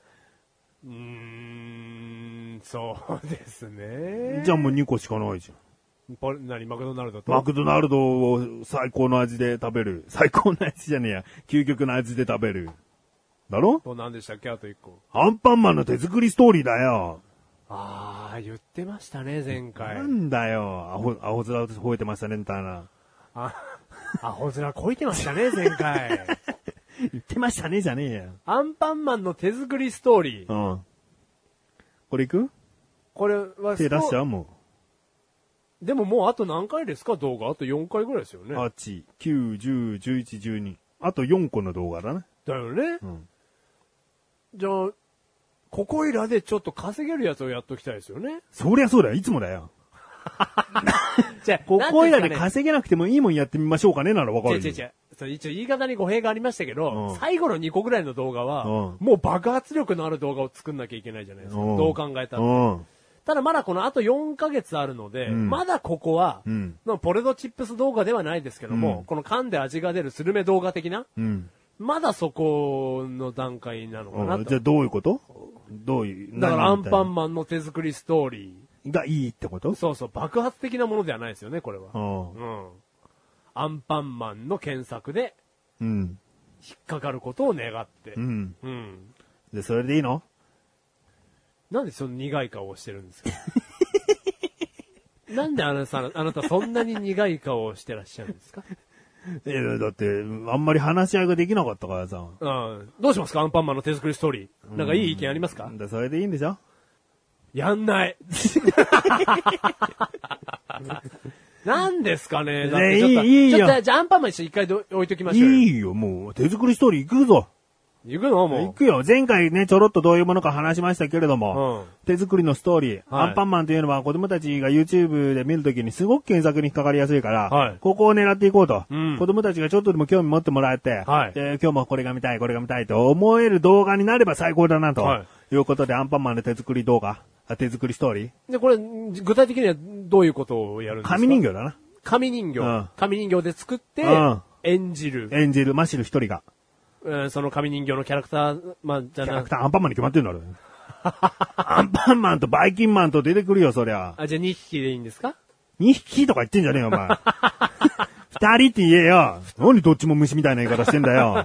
そうですね。 じゃあもう2個しかないじゃん。 マクドナルドとマクドナルドを最高の味で食べる。最高の味じゃねえや。究極の味で食べる。だろ？ 何でしたっけ？あと1個。 アンパンマンの手作りストーリーだよ。 言ってましたね、前回。 なんだよ。アホ面吠えてましたね、みたいな。 アホ面こいてましたね、前回。 言ってましたね、じゃねえよ。 アンパンマンの手作りストーリー。 これいく？ これは手出しちゃうもん。 でももうあと何回ですか動画あと4回ぐらいですよね。 8、9、10、11、12。あと4個の動画だね。 だよね。じゃあ、ここいらでちょっと稼げるやつをやっときたいですよね。 そりゃそうだよ。いつもだよ。 じゃあ、 ここいらで稼げなくてもいいもんやってみましょうかねならわかるよ。 違う。一応言い方に語弊がありましたけど、最後の2個ぐらいの動画は、もう爆発力のある動画を作んなきゃいけないじゃないですか。どう考えたら。ただまだこのあと4ヶ月あるので、まだここは、ポテトチップス動画ではないですけども、この噛んで味が出るスルメ動画的な、まだそこの段階なのかなと。 じゃあどういうこと？ だからアンパンマンの手作りストーリーがいいってこと？ そう、爆発的なものではないですよね、これは。アンパンマンの検索で、引っかかることを願って。 で、それでいいの？ なんでその苦い顔をしてるんですか？なんであなたそんなに苦い顔をしてらっしゃるんですか？ だって、あんまり話し合いができなかったからさ。 うん。どうしますかアンパンマンの手作りストーリー。なんかいい意見ありますか？ それでいいんでしょ？ やんない。なんですかね。だっていいよ。 じゃあアンパンマン一回置いときましょう。 いいよ、もう、手作りストーリー行くぞ。 行くのもう。 行くよ。前回ね、ちょろっとどういうものか話しましたけれども、手作りのストーリー、アンパンマンというのは子供たちが YouTube で見るときにすごく検索に引っかかりやすいから、ここを狙っていこうと、子供たちがちょっとでも興味持ってもらえて、今日もこれが見たい、これが見たいと思える動画になれば最高だなと、いうことでアンパンマンの手作り動画、手作りストーリー。 で、これ、具体的にはどういうことをやるんですか？ 紙人形だな。 紙人形。紙人形で作って、演じる、 マシル一人が。 その紙人形のキャラクター、まあ、じゃなキャラクターアンパンマンに決まってるんだろ。アンパンマンとバイキンマンと出てくるよ、そりゃ。 じゃあ2匹でいいんですか？ 2 匹とか言ってんじゃねえよ、お前。2人って言えよ。何どっちも虫みたいな言い方してんだよ。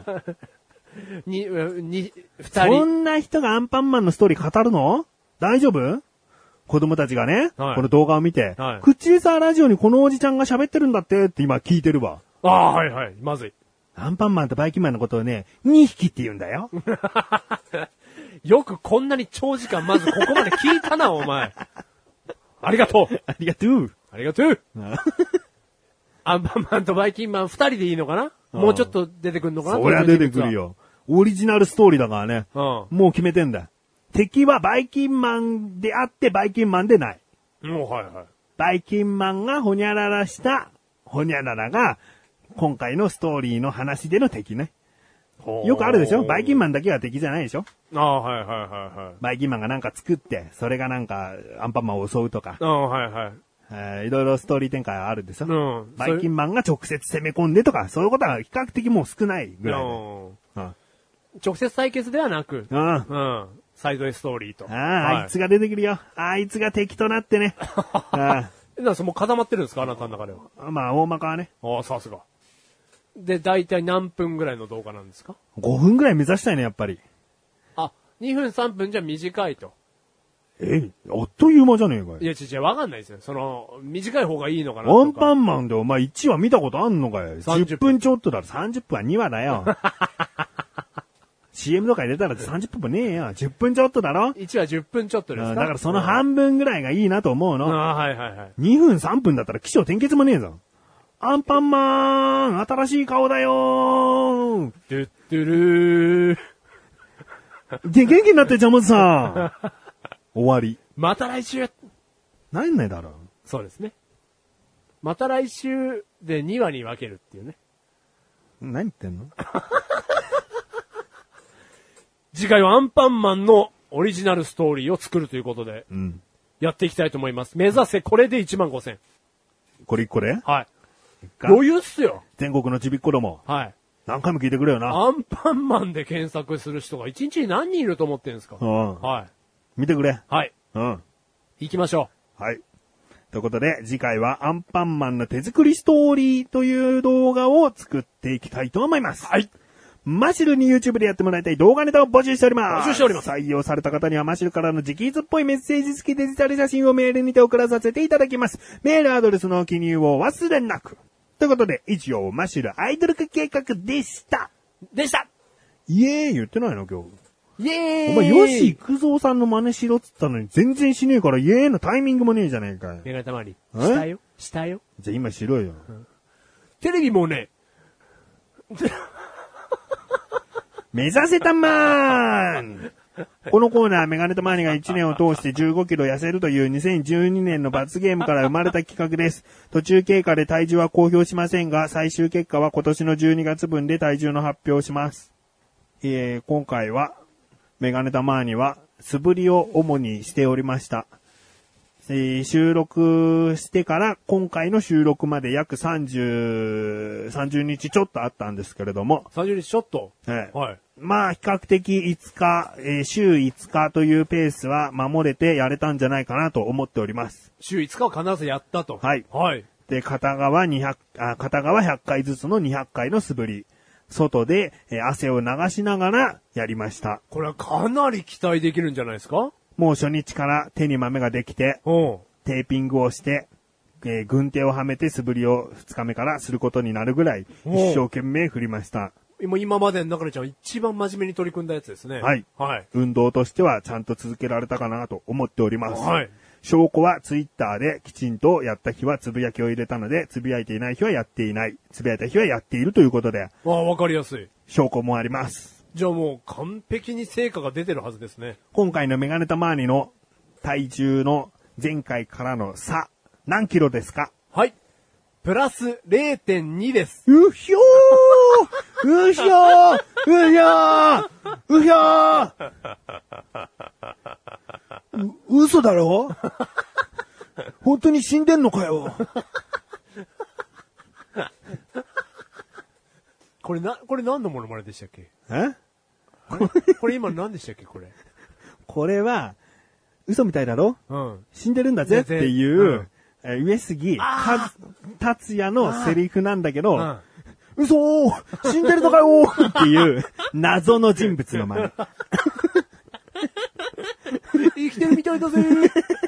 2人。 そんな人がアンパンマンのストーリー語るの？大丈夫？子供たちがね、この動画を見て、口でさ、ラジオにこのおじちゃんが喋ってるんだって今聞いてるわ。 はいはい、まずい。 アンパンマンとバイキンマンのことをね、2匹って言うんだよ。 よくこんなに長時間まずここまで聞いたな、お前。ありがとう。 ありがとう。 ありがとう。アンパンマンとバイキンマン2人でいいのかな？もうちょっと出てくるのかな？ そりゃ出てくるよ。オリジナルストーリーだからね。もう決めてんだ。敵はバイキンマンであってバイキンマンでない。 もうはいはい。 バイキンマンがホニャララしたホニャララが今回のストーリーの話での敵ね。よくあるでしょ？バイキンマンだけは敵じゃないでしょ？ はいはいはい。 バイキンマンがなんか作って、それがなんかアンパンマンを襲うとか。 はいはい。 いろいろストーリー展開あるでしょ？バイキンマンが直接攻め込んでとか、そういうことは比較的もう少ないぐらいで。 直接対決ではなく、サイドストーリーと。 あいつが出てくるよ。あいつが敵となってね。 もう固まってるんですか？あなたの中では。 まあ、大まかはね。 さすが。で、だいたい何分ぐらいの動画なんですか ？5分ぐらい目指したいね、やっぱり。 2分3分じゃ短いと。 あっという間じゃねえかよ。 いや、わかんないですよ。短い方がいいのかなアンパンマンでお前1話見たことあんのかよ。10分ちょっとだろ。30分は2話だよ。CM とか入れたら30分もねえよ。10分ちょっとだろ ?1 話10分ちょっとですか？ だからその半分ぐらいがいいなと思うの。 はいはいはい。 2分3分だったら起承転結もねえぞ。アンパンマン新しい顔だよードゥッドゥルー元気になってジャムズさん終わり。 また来週なんねえだろ。 そうですね。また来週で2話に分けるっていうね。 何言ってんの次回はアンパンマンのオリジナルストーリーを作るということで、やっていきたいと思います。目指せこれで15,000。 これ1個で？ はい。余裕っすよ。 全国のちびっこども。 はい。 何回も聞いてくれよな。 アンパンマンで検索する人が1日に何人いると思ってるんですか？はい。 見てくれ。 はい。行きましょう。はい。ということで、次回はアンパンマンの手作りストーリーという動画を作っていきたいと思います。 はい。 マシルに YouTube でやってもらいたい動画ネタを募集しております。 募集しております。 採用された方にはマシルからの直筆っぽいメッセージ付きデジタル写真をメールにて送らさせていただきます。メールアドレスの記入を忘れなく。ということで、以上、マシルアイドル化計画でした。イエーイ言ってないの今日。 イエーイお前、ヨシイクゾーさんの真似しろっつったのに全然しねえからイエーイのタイミングもねえじゃねえかよ。 メガネたまり。したよ。したよ。 じゃあ今しろよ。 テレビもね。 目指せたまーんこのコーナー、メガネとマーニが1年を通して15キロ痩せるという2012年の罰ゲームから生まれた企画です。途中経過で体重は公表しませんが、最終結果は今年の12月分で体重の発表をします。今回は、メガネとマーニは素振りを主にしておりました。収録してから今回の収録まで約30日ちょっとあったんですけれども。 30日ちょっとはい。まあ比較的5日、週5日というペースは守れてやれたんじゃないかなと思っております。 週5日は必ずやったと。 はい。はい。で、片側100回ずつの200回の素振り。外で、汗を流しながらやりました。 これはかなり期待できるんじゃないですか？ もう初日から手に豆ができて、テーピングをして、 軍手をはめて素振りを2日目からすることになるぐらい、一生懸命振りました。 今までの中でちゃん一番真面目に取り組んだやつですね。 はい。はい。運動としてはちゃんと続けられたかなと思っております。はい。証拠はツイッターできちんとやった日はつぶやきを入れたので、つぶやいていない日はやっていない。つぶやいた日はやっているということで。 わかりやすい。 証拠もあります。 じゃあもう完璧に成果が出てるはずですね。 今回のメガネたまーにの体重の前回からの差、何キロですか？ はい。プラス 0.2 です。 うひょーうひょーうひょーうひょー嘘だろ本当に死んでんのかよこれ何のモノマネでしたっけ？これ今何でしたっけこれ。 これは、嘘みたいだろ？うん。死んでるんだぜっていう、上杉達也のセリフなんだけど、嘘ー死んでるのかよーっていう謎の人物の真似。 生きてるみたいだぜー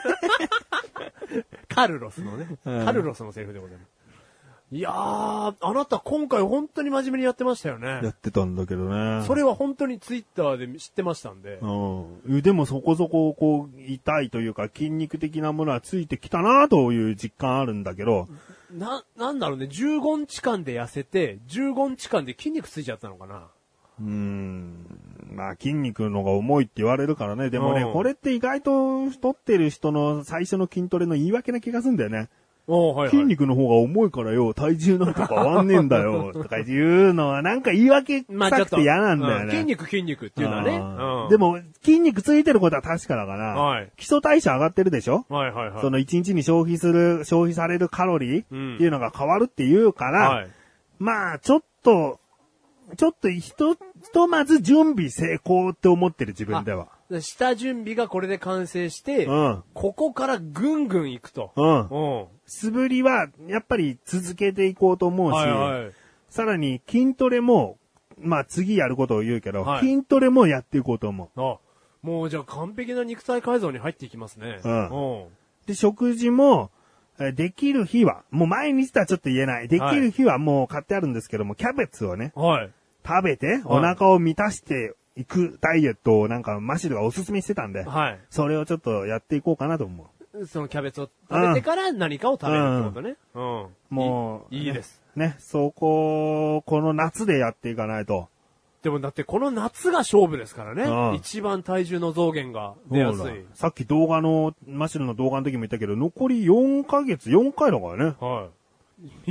カルロスのね、カルロスのセリフでございます。いやー、あなた今回本当に真面目にやってましたよね。 やってたんだけどね。 それは本当にツイッターで知ってましたんで。 腕もそこそここう痛いというか筋肉的なものはついてきたなという実感あるんだけど。 なんだろうね、15日間で痩せて、15日間で筋肉ついちゃったのかな。 まあ筋肉のが重いって言われるからね。でもね、これって意外と太ってる人の最初の筋トレの言い訳な気がするんだよね。はいはい、筋肉の方が重いからよ、体重なんとか変わんねえんだよ、とか言うのはなんか言い訳臭くて嫌なんだよね。 筋肉っていうのはね。 でも、筋肉ついてることは確かだから、はい、基礎代謝上がってるでしょ？はいはいはい。その1日に消費されるカロリーっていうのが変わるっていうから、まあ、ちょっとひとまず準備成功って思ってる自分では。 下準備がこれで完成して、ここからぐんぐん行くと。 素振りはやっぱり続けていこうと思うし、さらに筋トレも、まあ次やることを言うけど、筋トレもやっていこうと思う。もうじゃあ完璧な肉体改造に入っていきますね。 で、食事も、できる日は、もう毎日とはちょっと言えない。できる日はもう買ってあるんですけども、キャベツをね、食べてお腹を満たしていくダイエットをなんかマシルがおすすめしてたんで、それをちょっとやっていこうかなと思う。そのキャベツを食べてから何かを食べるってことね。 もう、 いいです。 ね、この夏でやっていかないと。 でもだってこの夏が勝負ですからね。一番体重の増減が出やすい。 さっきマシルの動画の時も言ったけど、残り4ヶ月、4回だからね。はい。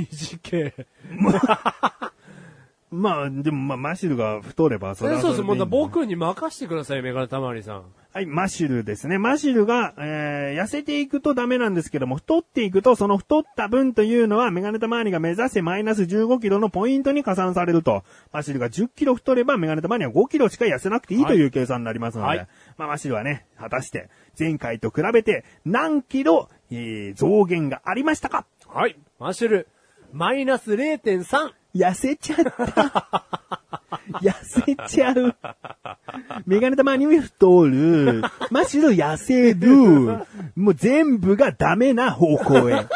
短い。 まあ、でもマシルが太ればそれはそうです。もう僕に任せてください、メガネたまりさん。 はい、マシルですね。マシルが、痩せていくとダメなんですけども、太っていくと、その太った分というのは、メガネたまわりが目指せマイナス15キロのポイントに加算されると。マシルが10キロ太れば、メガネたまわりは5キロしか痩せなくていいという計算になりますので、まあ、マシルはね、果たして、前回と比べて、何キロ、増減がありましたか？ はい、マシル、マイナス 0.3。 痩せちゃった。痩せちゃう。メガネ玉に太る。むしろ痩せる。もう全部がダメな方向へ。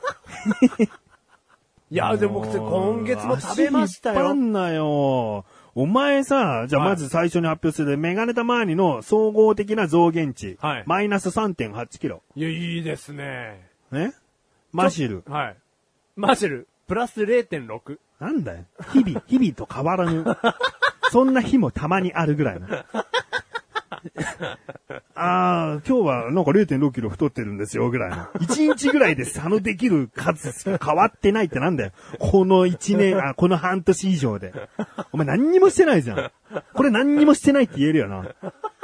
いや、でも今月も食べましたよ。 足引っ張んなよ。お前さ、じゃあまず最初に発表するメガネ玉にの総合的な増減値。マイナス 3.8 キロ。 いや、いいですね。 マシル。 マシル、プラス 0.6。 なんだよ。日々と変わらぬ。そんな日もたまにあるぐらいの。今日はなんか 0.6 キロ太ってるんですよ、ぐらいの。1日ぐらいで差のできる数しか変わってないってなんだよ。この1年、この半年以上で。お前何にもしてないじゃん。これ何にもしてないって言えるよな。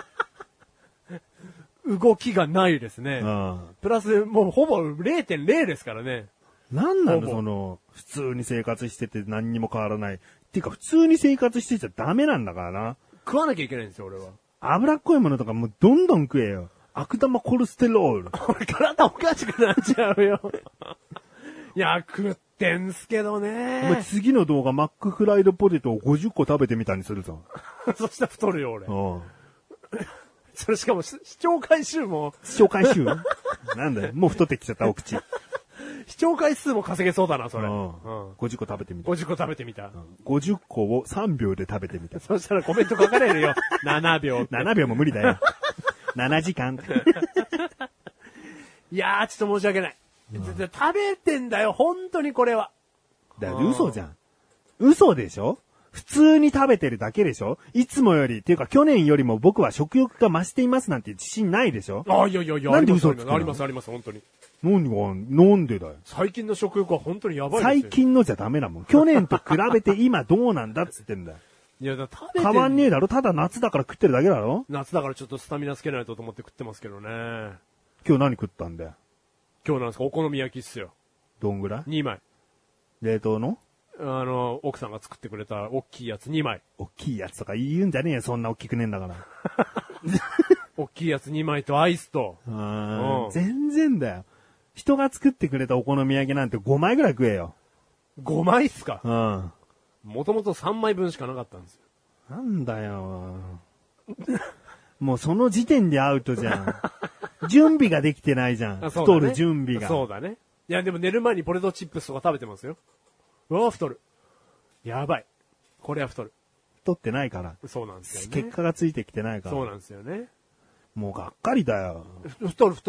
動きがないですね。プラス、もうほぼ 0.0 ですからね。 なんなの普通に生活してて何にも変わらない。っていうか普通に生活してちゃダメなんだからな。 食わなきゃいけないんですよ、俺は。 脂っこいものとかもうどんどん食えよ。悪玉コレステロール。 俺体おかしくなっちゃうよ。いや、食ってんすけどね。 お前次の動画マックフライドポテトを50個食べてみたにするぞ。 そしたら太るよ、俺。それしかも視聴回数も。 視聴回数なんだよ。もう太ってきちゃった、お口。 視聴回数も稼げそうだな、それ。 50個食べてみた。 50個食べてみた。 50個を3秒で食べてみた。 そしたらコメント書かれるよ。7秒。 7秒も無理だよ。7時間。 いやー、ちょっと申し訳ない。食べてんだよ、本当にこれは。 だから嘘じゃん。嘘でしょ？普通に食べてるだけでしょ？いつもより、っていうか去年よりも僕は食欲が増していますなんて自信ないでしょ？ あ、いやいやいや、 なんで嘘つくの？ あります、あります、本当に。 なんでだよ。 最近の食欲は本当にやばいですよ。 最近のじゃダメだもん。去年と比べて今どうなんだっつってんだよ。 いや、食べて変わんねえだろ？ただ夏だから食ってるだけだろ？ 夏だからちょっとスタミナつけないとと思って食ってますけどね。 今日何食ったんだよ。 今日なんですか？お好み焼きっすよ。 どんぐらい？ 2枚。 冷凍の？ 奥さんが作ってくれた大きいやつ2枚。 大きいやつとか言うんじゃねえよ、そんな大きくねえんだから。 大きいやつ2枚とアイスと。 全然だよ。人が作ってくれたお好み焼きなんて5枚ぐらい食えよ。 5枚っすか？ もともと3枚分しかなかったんですよ。 なんだよ。もうその時点でアウトじゃん。準備ができてないじゃん。太る準備が。 そうだね。いや、でも寝る前にポテトチップスとか食べてますよ。うわ、太る。やばい。これは太る。 太ってないから。 そうなんですよね。 結果がついてきてないから。 そうなんですよね。 もうがっかりだよ。 太る。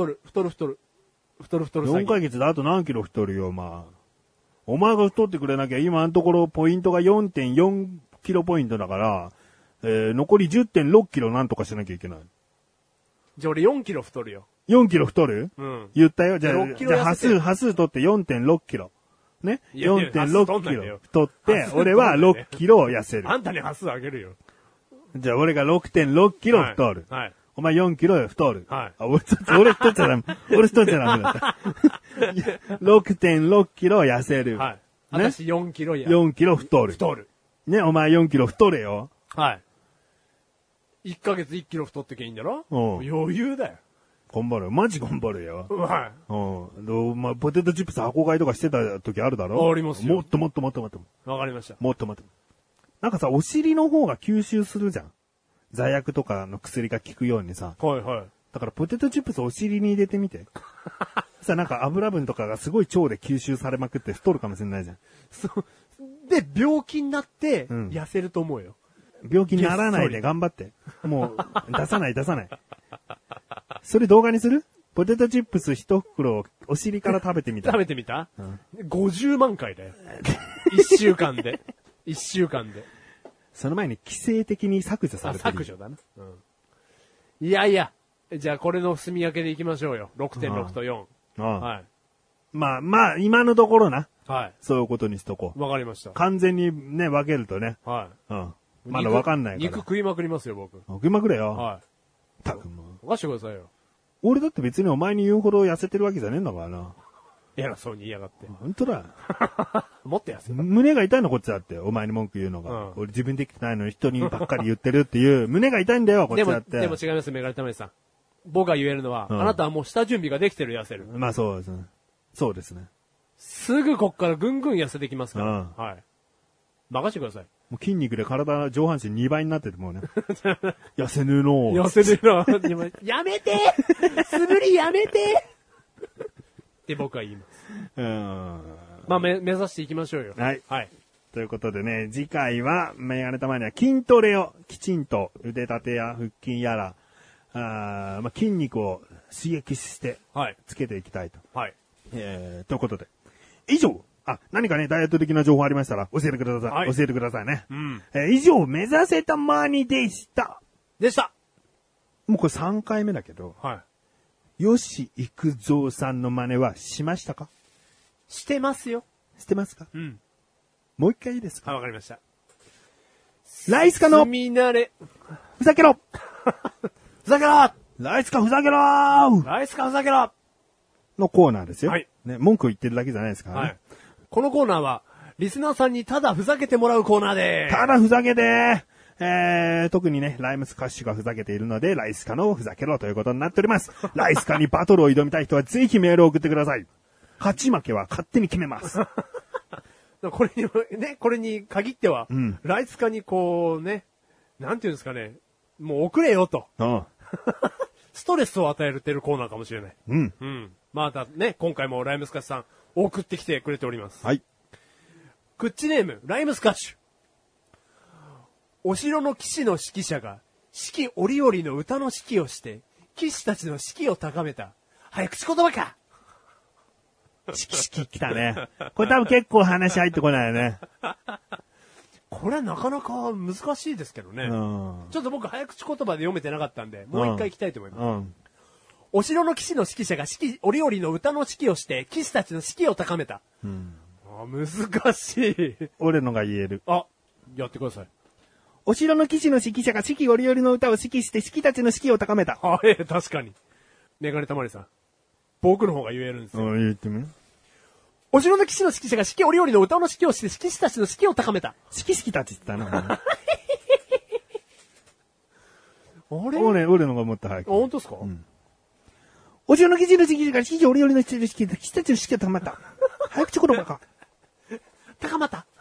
4ヶ月であと何キロ太るよ、まあ。お前が太ってくれなきゃ今のところポイントが 4.4 キロポイントだから、残り 10.6 キロなんとかしなきゃいけない。 じゃあ俺4キロ太るよ。 4キロ太る？ うん。 言ったよ。じゃあ端数取って 4.6 キロ。ね。4.6 キロ太って、俺は6キロ痩せる。 あんたに端数あげるよ。 じゃあ俺が 6.6 キロ太る。 はい。 お前4キロ太る。 はい。 俺太っちゃダメ。俺太っちゃダメだった。6.6 キロ痩せる。 はい。私4キロ 4キロ太る。ね、お前4キロ太れよ。 はい。1ヶ月1キロ太ってけいいんだろ？余裕だよ。 頑張る。マジ頑張るよ。 はい。 まあ、ポテトチップス箱買いとかしてた時あるだろ？ ありますよ。 もっと。わかりました。 もっと。なんかさ、お尻の方が吸収するじゃん。座薬とかの薬が効くようにさ。 はいはい。 だからポテトチップスお尻に入れてみて。さ、なんか油分とかがすごい腸で吸収されまくって太るかもしれないじゃん。 そう。で、病気になって、痩せると思うよ。 病気にならないで頑張って。もう、出さない。それ動画にする？ポテトチップス一袋をお尻から食べてみた。 食べてみた？ 50 万回だよ。1週間で。 その前に規制的に削除されてる。 削除だな。いや。じゃあこれの炭焼けでいきましょうよ。6.6 と4。はい。 まあ、今のところな。 はい。 そういうことにしとこう。 わかりました。 完全にね、分けるとね。 はい。 まだ分かんないから。 肉食いまくりますよ、僕。 食いまくれよ。 はい。 たくも。 おかしてくださいよ。 俺だって別にお前に言うほど痩せてるわけじゃねえんだからな。 偉そうに言いやがって。 本当だ。 もっと痩せた。 胸が痛いのこっちだって。お前に文句言うのが。俺自分できてないのに人にばっかり言ってるっていう。胸が痛いんだよ、こっちだって。 でも違います、メガネためさん。僕が言えるのは、あなたはもう下準備ができてる痩せる。 まあそうですね。そうですね。 すぐこっからぐんぐん痩せてきますから。はい。任せてください。 もう筋肉で体、上半身2倍になっててもうね。痩せぬの。 痩せぬの。やめて素振りやめてって僕は言います。まあ、目指していきましょうよ。 はい。 はい。 ということでね、次回は、メガネたまには筋トレをきちんと腕立てや腹筋やら、まあ、筋肉を刺激して、つけていきたいと。 はい。 ということで。以上何かね、ダイエット的な情報ありましたら、教えてください。はい、教えてくださいね。以上、目指せたまにでした。もうこれ3回目だけど、 はい。 吉幾三さんの真似はしましたか？ してますよ。 してますか？もう一回いいですか？ わかりました。 ライスカの、ふざけろふざけろライスカふざけろライスカふざけろのコーナーですよ。 はい。 ね、文句を言ってるだけじゃないですからね。はい。 このコーナーは、リスナーさんにただふざけてもらうコーナーでーす。 ただふざけて特にね、ライムスカッシュがふざけているので、ライスカのふざけろということになっております。ライスカにバトルを挑みたい人はぜひメールを送ってください。勝ち負けは勝手に決めます。 これに限っては、ライスカにこうね、なんていうんですかね、もう送れよと。 ストレスを与えてるコーナーかもしれない。 うん。 うん。またね、今回もライムスカッシュさん送ってきてくれております。 はい。 クッチネーム、ライムスカッシュ。お城の騎士の指揮者が四季折々の歌の指揮をして騎士たちの士気を高めた。早口言葉か。 来たね。これ多分結構話入ってこないよね。 これはなかなか難しいですけどね。ちょっと僕早口言葉で読めてなかったんで、もう一回行きたいと思います。お城の騎士の指揮者が四季折々の歌の指揮をして騎士たちの士気を高めた。難しい。 俺のが言える。 あ、やってください。 お城の騎士の指揮者が四季折々の歌を指揮して士気たちの士気を高めた。 確かに。メガネたまりさん。僕の方が言えるんですよ。 言ってみ。 お城の騎士の指揮者が四季折々の歌の指揮をして士気たちの士気を高めた。 士たちって言ったな。 あれ俺のがもっと早く。 本当ですか？ お城の騎士の指揮者が四季折々の士たちの士気を高めた。早口言葉か。 高また。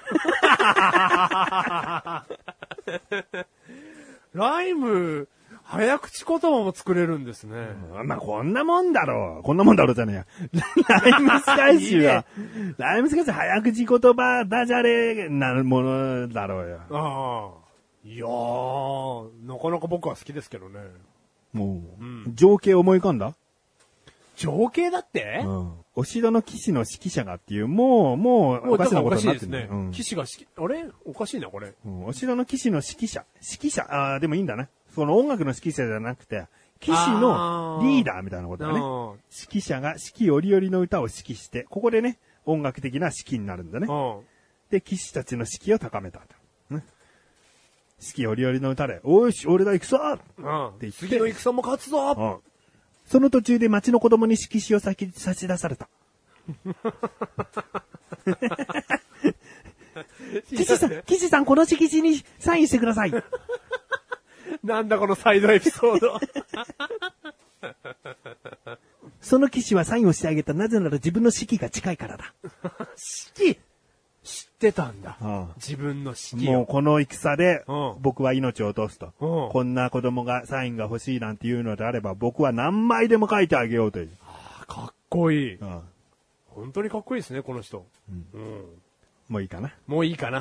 ライム、早口言葉も作れるんですね。 まあ、こんなもんだろう。こんなもんだろうじゃねえや。ライムスカッシュは、ライムスカッシュ早口言葉ダジャレなものだろうよ。 いやー、なかなか僕は好きですけどね。 もう、情景思い浮かんだ？ 情景だって？ お城の騎士の指揮者がっていう、もう、おかしなことになってるね。 騎士があれおかしいな、これ。 お城の騎士の指揮者、でもいいんだね。その音楽の指揮者じゃなくて、騎士のリーダーみたいなことだね。指揮者が四季折々の歌を指揮して、ここでね、音楽的な指揮になるんだね。で、騎士たちの士気を高めた。四季折々の歌で、おーし、俺だ行くぞって言って、 次の戦も勝つぞ。 その途中で町の子供に色紙を差し出された。騎士さん、この色紙にサインしてください。 なんだこのサイドエピソード。 その騎士はサインをしてあげた。なぜなら自分の士気が近いからだ。 士気知ってたんだ。自分の士気を。 もうこの戦で、僕は命を落とすと。こんな子供がサインが欲しいなんていうのであれば、僕は何枚でも書いてあげようという。 かっこいい。本当にかっこいいですね、この人。 もういいかな。 もういいかな。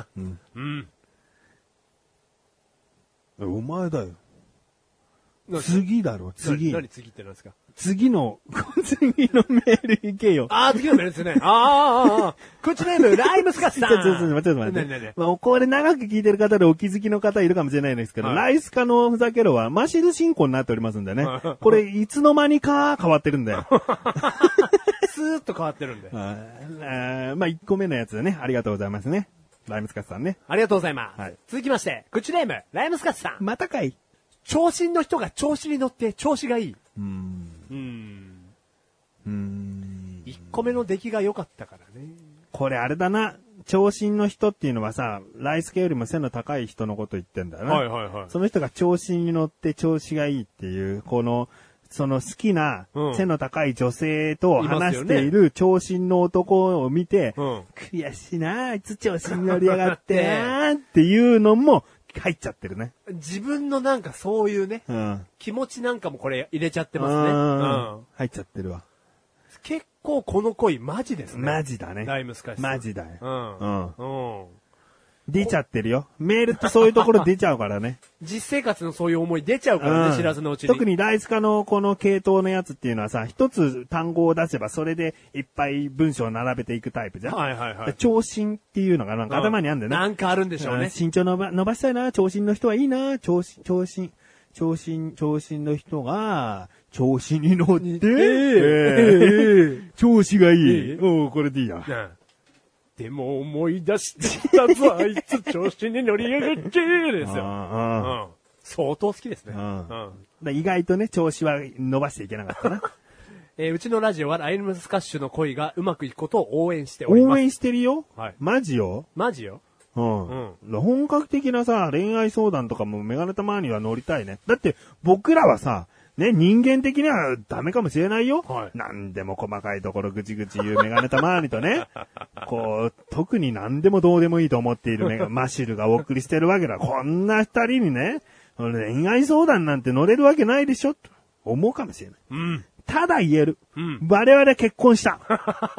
お前だよ。次だろ、次。 何次って何ですか？ 次のメール行けよ。 次のメールですね。口ネーム、ライムスカッシュさん。 ちょっと待って。まあ、これ長く聞いてる方でお気づきの方いるかもしれないんですけど、ライスカのふざけろはマシル進行になっておりますんでね。これ、いつの間にか変わってるんだよ。 スーッと変わってるんで。 まあ、1個目のやつでね、ありがとうございますね。ライムスカッシュさんね。 ありがとうございます。続きまして、口ネーム、ライムスカッシュさん。 またかい。 調子の人が調子に乗って調子がいい。1個目の出来が良かったからね。 これあれだな。長身の人っていうのはさ、ライスケよりも背の高い人のこと言ってんだよね。その人が調子に乗って調子がいいっていう、その好きな背の高い女性と話している長身の男を見て、悔しいな、あいつ調子に乗りやがってなっていうのも入っちゃってるね。 自分のなんかそういうね、気持ちなんかもこれ入れちゃってますね。 入っちゃってるわ。 結構この恋マジですね。 マジだね。 ライムスカッシュ。 マジだよ。出ちゃってるよ。メールってそういうところ出ちゃうからね。 実生活のそういう思い出ちゃうからね、知らずのうちに。 特にライスカのこの系統のやつっていうのはさ、一つ単語を出せばそれでいっぱい文章を並べていくタイプじゃん。長身っていうのがなんか頭にあるんだよね。 なんかあるんでしょうね。 身長伸ばしたいな、長身の人はいいな、長身の人が、調子に乗って、調子がいい。これでいいな。 でも思い出してきたぞ、あいつ調子に乗りやがってですよ。相当好きですね。 意外とね、調子は伸ばしていけなかったな。 うちのラジオはライムスカッシュの恋がうまくいくことを応援しております。 応援してるよ。マジよ。本格的なさ、恋愛相談とかもメガネたまには乗りたいね。だって僕らはさ、ね、人間的にはダメかもしれないよ。なんでも細かいところぐちぐち言うメガネたまにとね、特に何でもどうでもいいと思っているマシルがお送りしてるわけだ。こんな二人にね、恋愛相談なんて乗れるわけないでしょと思うかもしれない。 うん。 ただ言える。 うん。 我々結婚した。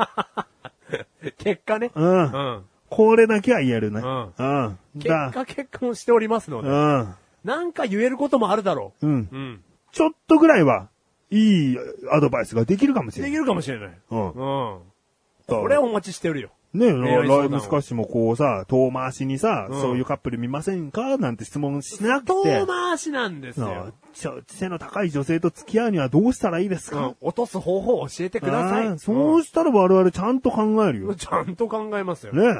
結果ね。 うん。うん。これだけは言えるね。 うん。 うん。 結果結婚しておりますので。うん。なんか言えることもあるだろう。うん。うん。ちょっとぐらいは、いいアドバイスができるかもしれない。 できるかもしれない。 うん。うん。 これお待ちしてるよ。 ねえ、ライブスカッシュもこうさ、遠回しにさ、そういうカップル見ませんかなんて質問しなくて。 遠回しなんですよ。 背の高い女性と付き合うにはどうしたらいいですか、 落とす方法を教えてください。 そうしたら我々ちゃんと考えるよ。 ちゃんと考えますよ。 ねえ。うん。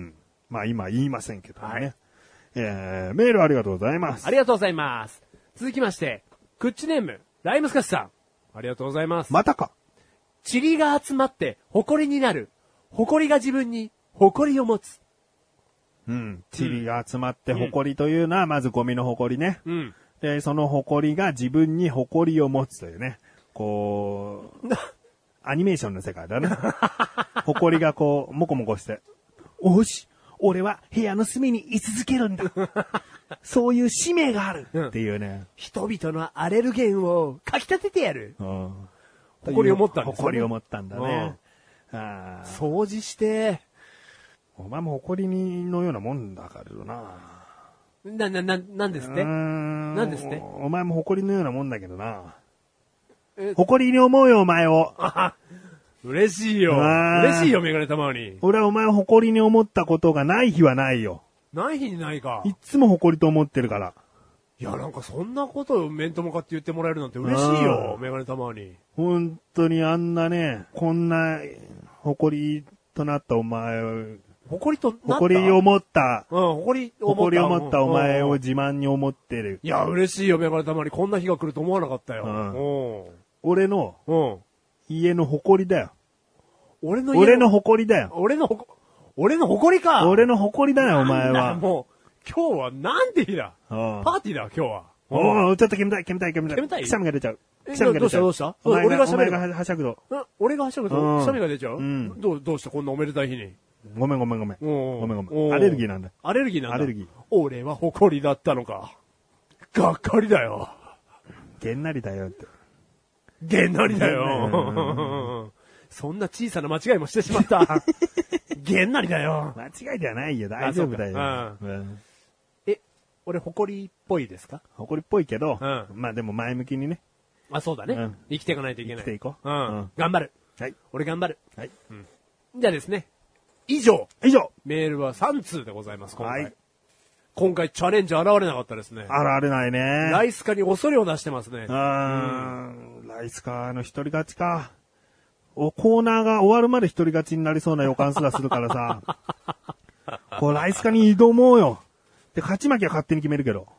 まあ今言いませんけどね。はい、メールありがとうございます。 ありがとうございます。続きまして、クッチネーム、ライムスカッシュさん。ありがとうございます。 またか。 塵が集まって誇りになる。誇りが自分に誇りを持つ。 うん。塵が集まって誇りというのは、まずゴミの誇りね。 うん。 で、その誇りが自分に誇りを持つというね。こう、アニメーションの世界だね。誇りがこう、もこもこして。おし、俺は部屋の隅に居続けるんだ。そういう使命があるっていうね。 人々のアレルゲンをかき立ててやる。誇りを持ったんですね。 誇りを持ったんだね。 掃除して。 お前も誇りのようなもんだからな。 なんですってなんですってお前も誇りのようなもんだけどな。誇りに思うよ、お前を。 嬉しいよ。嬉しいよ、メガネたまに。 俺はお前を誇りに思ったことがない日はないよ。 ない日にないか。 いつも誇りと思ってるから。 いや、なんかそんなことを面と向かって言ってもらえるなんて嬉しいよ、メガネたまに。 本当にあんなね、こんな誇りとなったお前を、誇りを持った、 誇りを持ったお前を自慢に思ってる。 いや、嬉しいよ、メガネたまに。こんな日が来ると思わなかったよ。 俺の、家の誇りだよ。 俺の誇りだよ。 俺の誇りか。 俺の誇りだよ、お前は。 もう、今日はなんて日だ。パーティーだ、今日は。 ちょっと煙たい。くしゃみが出ちゃう。 どうした俺が喋る。 お前がはしゃぐと。 俺がはしゃぐと、くしゃみが出ちゃうどうしたこんなおめでたい日に。 ごめん。アレルギーなんだ。 アレルギー。俺は誇りだったのか。がっかりだよ。 げんなりだよって。 げんなりだよ。そんな小さな間違いもしてしまった。げんなりだよ。 間違いではないよ。大丈夫だよ。 俺誇りっぽいですか？ 誇りっぽいけど、まあでも前向きにね。 そうだね。生きていかないといけない。 生きていこう。 頑張る。 はい。 俺頑張る。 はい。 じゃあですね。以上。メールは3通でございます、今回。はい。今回チャレンジ現れなかったですね。 現れないね。 ライスカに恐れを出してますね。 ライスカの一人勝ちか。コーナーが終わるまで一人勝ちになりそうな予感すらするからさ。こうライスカに挑もうよ。で、勝ち負けは勝手に決めるけど。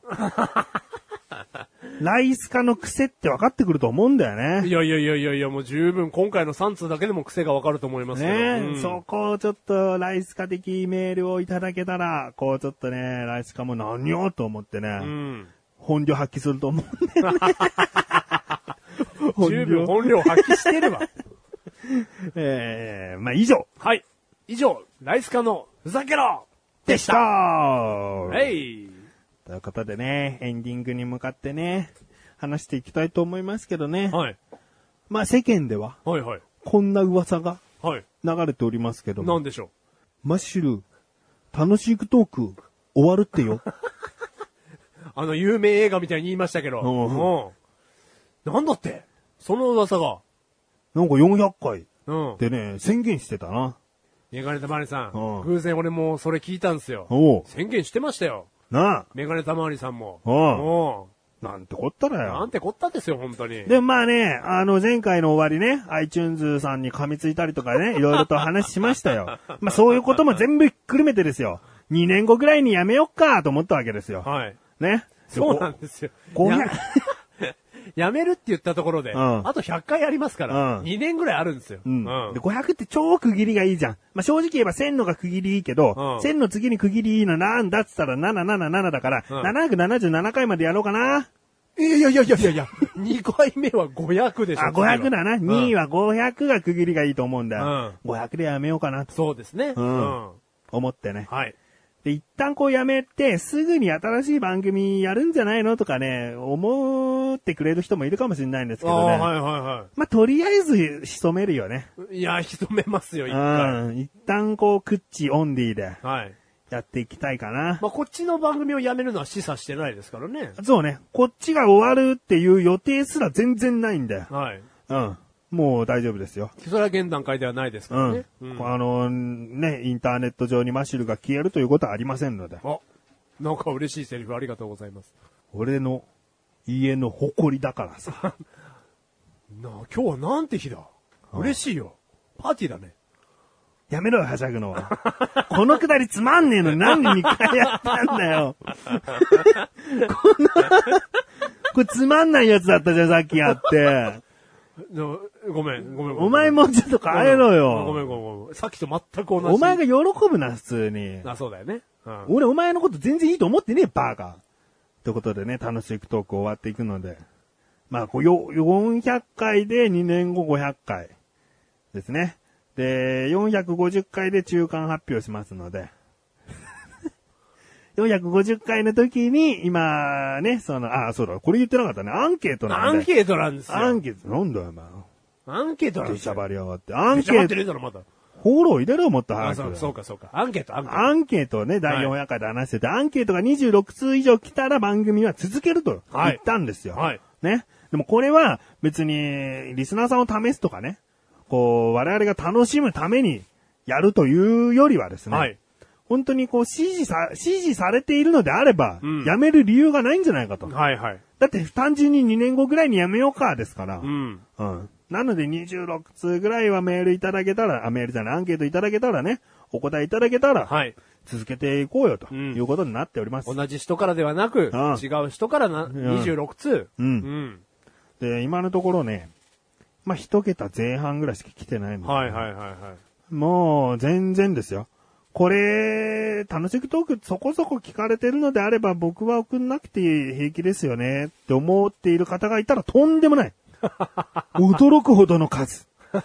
ライスカの癖って分かってくると思うんだよね。 いや、もう十分今回の3通だけでも癖が分かると思いますけど。 ね、そこをちょっとライスカ的メールをいただけたら、こうちょっとね、ライスカも何よと思ってね、本領発揮すると思うんだよね。 十分本領発揮してれば。 まあ以上。 はい。以上、ライスカのふざけろでした。はい。 ということでね、エンディングに向かってね、話していきたいと思いますけどね。 はい。 まあ世間では、こんな噂が流れておりますけども。 なんでしょう。マッシュル、楽しくトーク終わるってよ。 有名映画みたいに言いましたけど。なんだってその噂が。 なんか400回でね、宣言してたな。 メガネたまわりさん。偶然俺もそれ聞いたんですよ。宣言してましたよ。 なあ。 メガネたまわりさんも。 なんてこっただよ。 なんてこったですよ、本当に。 で、まあね、前回の終わりね、iTunes さんに噛みついたりとかね、いろいろと話しましたよ。まあそういうことも全部ひっくるめてですよ。2年後ぐらいにやめよっかと思ったわけですよ。 はい。 ね。 そうなんですよ。やめるって言ったところで、あと100回ありますから、2年ぐらいあるんですよ。 で、500って超区切りがいいじゃん。まあ、正直言えば1000のが区切りいいけど、1000の次に区切りいいのなんだっつったら777だから、777回までやろうかな。 いや、2回目は500でしょ。 500だな。2位は500が区切りがいいと思うんだよ。500でやめようかなと。 そうですね。 思ってね。 はい。 で、一旦こうやめて、すぐに新しい番組やるんじゃないのとかね、思ってくれる人もいるかもしれないんですけどね。 はいはいはい。 まあ、とりあえず仕留めるよね。 いや、仕留めますよ、一回。 一旦こう、クッチオンディで。 はい。 やっていきたいかな。 まあ、こっちの番組をやめるのは示唆してないですからね。 そうね。こっちが終わるっていう予定すら全然ないんだよ。 はい。 うん。もう大丈夫ですよ。 それは現段階ではないですからね。 うん。ね、インターネット上にマッシュルが消えるということはありませんので。 あ、なんか嬉しいセリフありがとうございます。 俺の家の誇りだからさ。 今日はなんて日だ。嬉しいよ。パーティーだね。 やめろよ、はしゃぐのは。このくだりつまんねえのに何で2回やったんだよ。これつまんないやつだったじゃん、さっきやって。 ごめん。 お前もちょっと変えろよ。 ごめん。さっきと全く同じ。 お前が喜ぶな、普通に。 あ、そうだよね。 俺、お前のこと全然いいと思ってねえ、バーカ。ということでね、楽しいトーク終わっていくので。まあ、400回で2年後500回ですね。で、450回で中間発表しますので。450回の時に、今ね、そうだ、これ言ってなかったね。アンケートなんで。 アンケートなんですよ。 アンケート、なんだよ、お前。 アンケートなんですよ。 出しゃばりやがって。アンケート。 出しゃばってねえだろ、まだ。 フォロー入れろ、もっと早く。 そうか。アンケート。 アンケートをね、第400回で話してて、アンケートが26通以上来たら番組は続けると言ったんですよ。 はい。 ね。でもこれは別にリスナーさんを試すとかね、こう、我々が楽しむためにやるというよりはですね、はい、本当にこう支持されているのであれば、やめる理由がないんじゃないかと。 はいはい。 だって単純に2年後ぐらいにやめようかですから。 うん。 うん。なので26通ぐらいはメールいただけたら、アンケートいただけたらね、お答えいただけたら、はい。続けていこうよということになっております。 同じ人からではなく、違う人から26通。 で、今のところね、まあ、1桁前半ぐらいしか来てないので。 はい。 もう、全然ですよ。これ、楽しくトークそこそこ聞かれてるのであれば僕は送んなくて平気ですよねって思っている方がいたらとんでもない。驚くほどの数。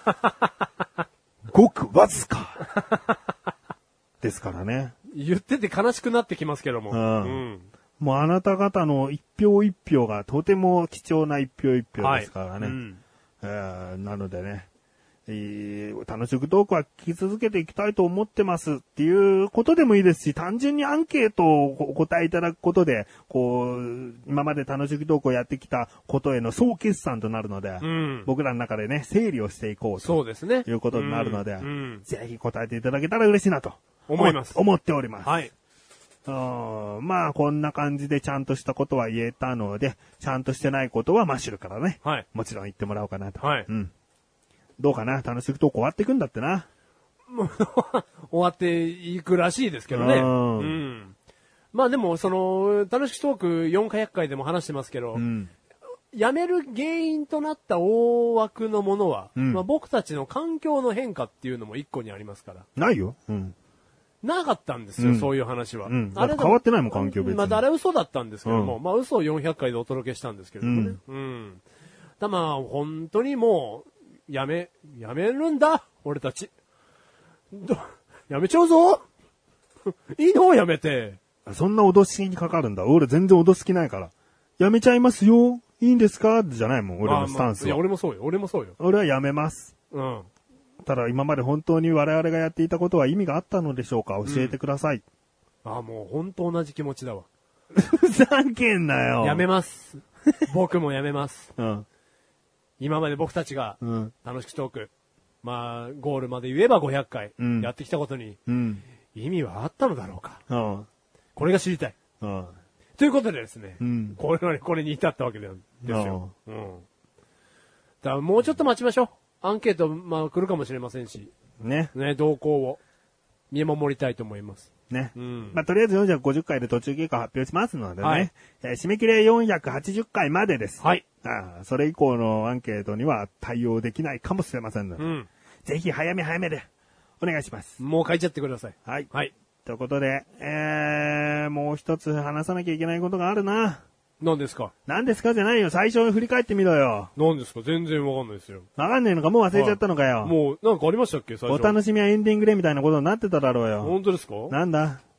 ごくわずか。ですからね。 言ってて悲しくなってきますけども。 もうあなた方の一票一票がとても貴重な一票一票ですからね。なのでね、楽しくトークは聞き続けていきたいと思ってますっていうことでもいいですし、単純にアンケートをお答えいただくことで、こう、今まで楽しくトークをやってきたことへの総決算となるので、僕らの中でね、整理をしていこうと。そうですね。いうことになるので、ぜひ答えていただけたら嬉しいなと。思っております。はい。まあ、こんな感じでちゃんとしたことは言えたので、ちゃんとしてないことはマッシュルからね。はい。もちろん言ってもらおうかなと。はい。どうかな、楽しくトーク終わっていくんだってな。 終わっていくらしいですけどね。まあでも、楽しくトーク400回でも話してますけど、辞める原因となった大枠のものは、まあ僕たちの環境の変化っていうのも一個にありますから。 ないよ。 なかったんですよ、そういう話は。 あれ変わってないもん、環境別に。 まあ、あれは嘘だったんですけども、まあ嘘を400回でお届けしたんですけれどもね。まあ、本当にもう、やめるんだ俺たち。やめちゃうぞいいのやめて。 そんな脅しにかかるんだ。俺全然脅す気ないから。やめちゃいますよ。いいんですかじゃないもん、俺のスタンスは。 いや、俺もそうよ。 俺はやめます。ただ今まで本当に我々がやっていたことは意味があったのでしょうか教えてください。 もう本当同じ気持ちだわ。 ふざけんなよ。 やめます。僕もやめます。今まで僕たちが、楽しくトーク、まあ、ゴールまで言えば500回、やってきたことに、意味はあったのだろうか。これが知りたい。ということでですね、これに至ったわけなんですよ。だからもうちょっと待ちましょう。アンケート、まあ、来るかもしれませんし、ね、動向を見守りたいと思います。ね。まあ、とりあえず450回で途中経過発表しますのでね。締め切りは480回までです。はい。それ以降のアンケートには対応できないかもしれませんので。ぜひ早めでお願いします。もう書いちゃってください。はい。はい。ということで、もう一つ話さなきゃいけないことがあるな。何ですかじゃないよ。最初に振り返ってみろよ。何ですか全然わかんないですよ。わかんないのかもう忘れちゃったのかよ。もう、なんかありましたっけ最初。お楽しみはエンディングでみたいなことになってただろうよ。本当ですかなんだ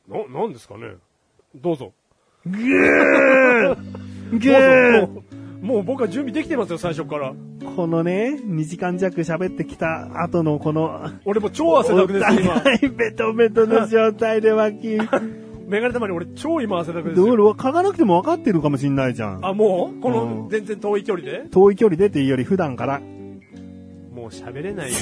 なんですかね。どうぞ。 ぐーぐーもう僕は準備できてますよ、最初から。 このね、2時間弱喋ってきた後のこの、 俺も超汗だくですよ、今。 お互いベトベトの状態で脇。 メガネたまに俺超今汗だくですよ。 よ。 俺嗅がなくても分かってるかもしんないじゃん。 あ、もうこの全然遠い距離で遠い距離でっていうより普段から。 もう喋れないよ。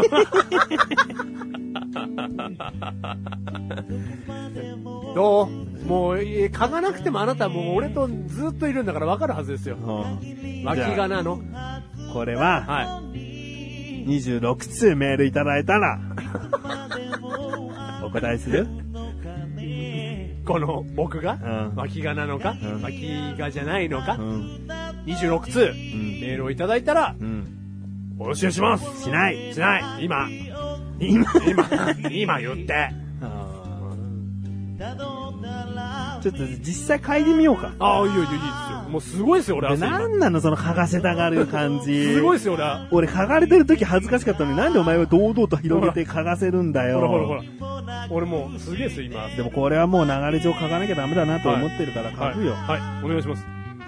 どうもう、嗅がなくてもあなたはもう俺とずっといるんだから分かるはずですよ。脇がなの。 これは、はい、26通メールいただいたら、お答えする？ この僕が、脇がなのか、脇がじゃないのか、26通、メールをいただいたら、お教えします。 しない。 今言って。 ちょっと実際嗅いでみようか。 ああ、いいですよ。もうすごいですよ、俺は。 なんなのその嗅がせたがる感じ。 すごいですよ、俺は。 俺嗅がれてる時恥ずかしかったのになんでお前は堂々と広げて嗅がせるんだよ。 ほら。俺もうすげえですよ、今。 でもこれはもう流れ上嗅がなきゃダメだなと思ってるから嗅ぐよ。 はい、お願いします。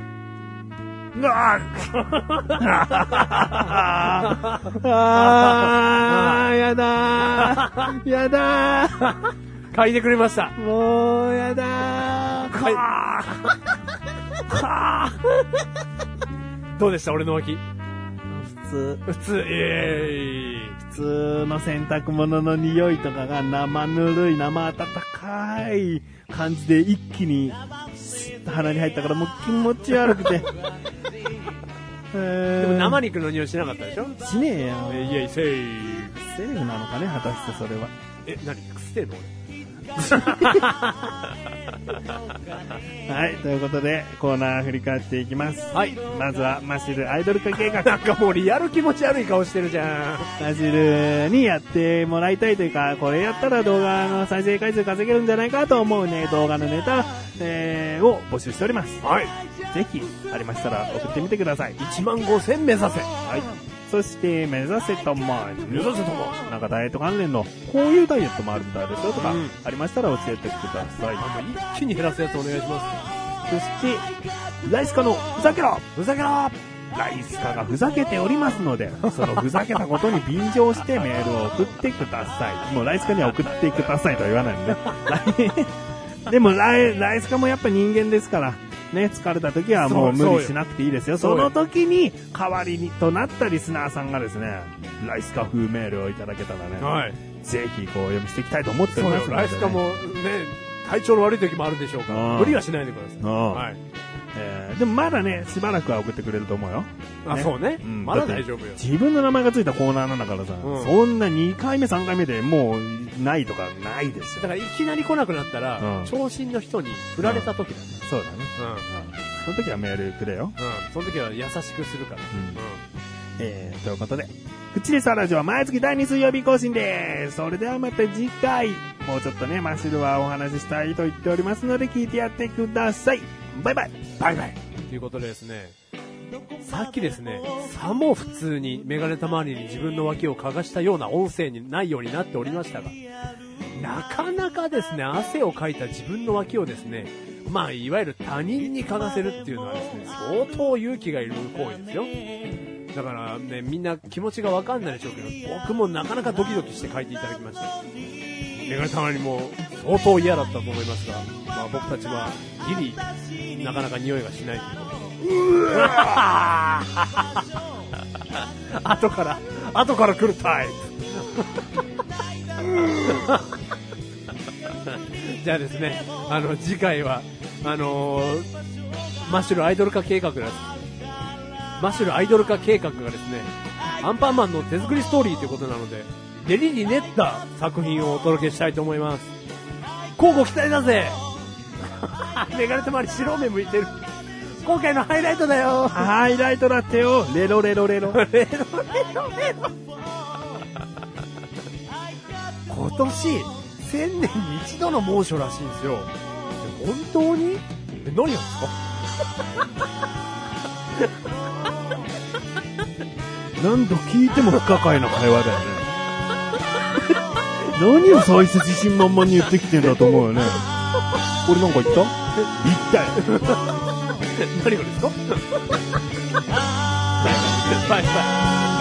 やだー。 嗅いでくれました。 もうやだー。 どうでした俺の脇？ 普通の洗濯物の匂いとかが生ぬるい生温かい感じで一気に鼻に入ったからもう気持ち悪くて。 でも生肉の匂いしなかったでしょ？ しねえよ。 セーフなのかね、果たしてそれは。 何くせえの俺。 はい、ということでコーナー振り返っていきます。 はい。 まずはマシルアイドル化計画。 なんかもうリアル気持ち悪い顔してるじゃん。 マシルにやってもらいたいというか、これやったら動画の再生回数稼げるんじゃないかと思うね、動画のネタ、を募集しております。 はい。 ぜひありましたら送ってみてください。 15000目指せ。 はい。そして目指せともなんかダイエット関連のこういうダイエットもあるみたいですよとか、ありましたら教えてください。 一気に減らすやつお願いします。 そしてライスカのふざけろライスカがふざけておりますので、そのふざけたことに便乗してメールを送ってください。もうライスカには送ってくださいとは言わないんでね。でもライスカもやっぱ人間ですからね、疲れた時はもう無理しなくていいですよ。その時に代わりにとなったリスナーさんがですね、ライスカ風メールをいただけたらね、はい、ぜひこう読みしていきたいと思っておりますので、ね、 ライスカもね、体調の悪い時もあるでしょうから、無理はしないでください。はい。 でもまだね、しばらくは送ってくれると思うよ。 あ、そうね。まだ大丈夫よ。 自分の名前がついたコーナーなんだからさ、そんな2回目3回目でもうないとかないですよ。 だからいきなり来なくなったら、長身の人に振られた時だね。 そうだね。その時はメールくれよ。 その時は優しくするから。 ということで、口でさラジオは毎月第2水曜日更新です。それではまた次回、もうちょっとね、マシルはお話ししたいと言っておりますので聞いてやってください。バイバイ。 ということでですね、さっきですね、さも普通にメガネたまわりに自分の脇を嗅がしたような音声にないようになっておりましたが、なかなかですね、汗をかいた自分の脇をですね、まあいわゆる他人に嗅がせるっていうのはですね、相当勇気がいる行為ですよ。だからね、みんな気持ちがわかんないでしょうけど、僕もなかなかドキドキして書いていただきました。メガネたまわりも相当嫌だったと思いますが、まあ僕たちはギリなかなか匂いがしないということで。後から来るタイプ。じゃあですね、次回はマッシュルアイドル化計画です。マッシュルアイドル化計画がですね、アンパンマンの手作りストーリーということなので、練りに練った作品をお届けしたいと思います。乞うご期待だぜ。メガネたまわり白目向いてる。今回のハイライトだよ。 ハイライトだってよ。レロレロレロ。 レロレロレロ。今年1000年に一度の猛暑らしいんですよ。本当に？何やんですか？ 何度聞いても不可解な会話だよね。 何を最初自信満々に言ってきてんだと思うよね。俺なんか言った？言ったよ。 何がですか？バイバイ。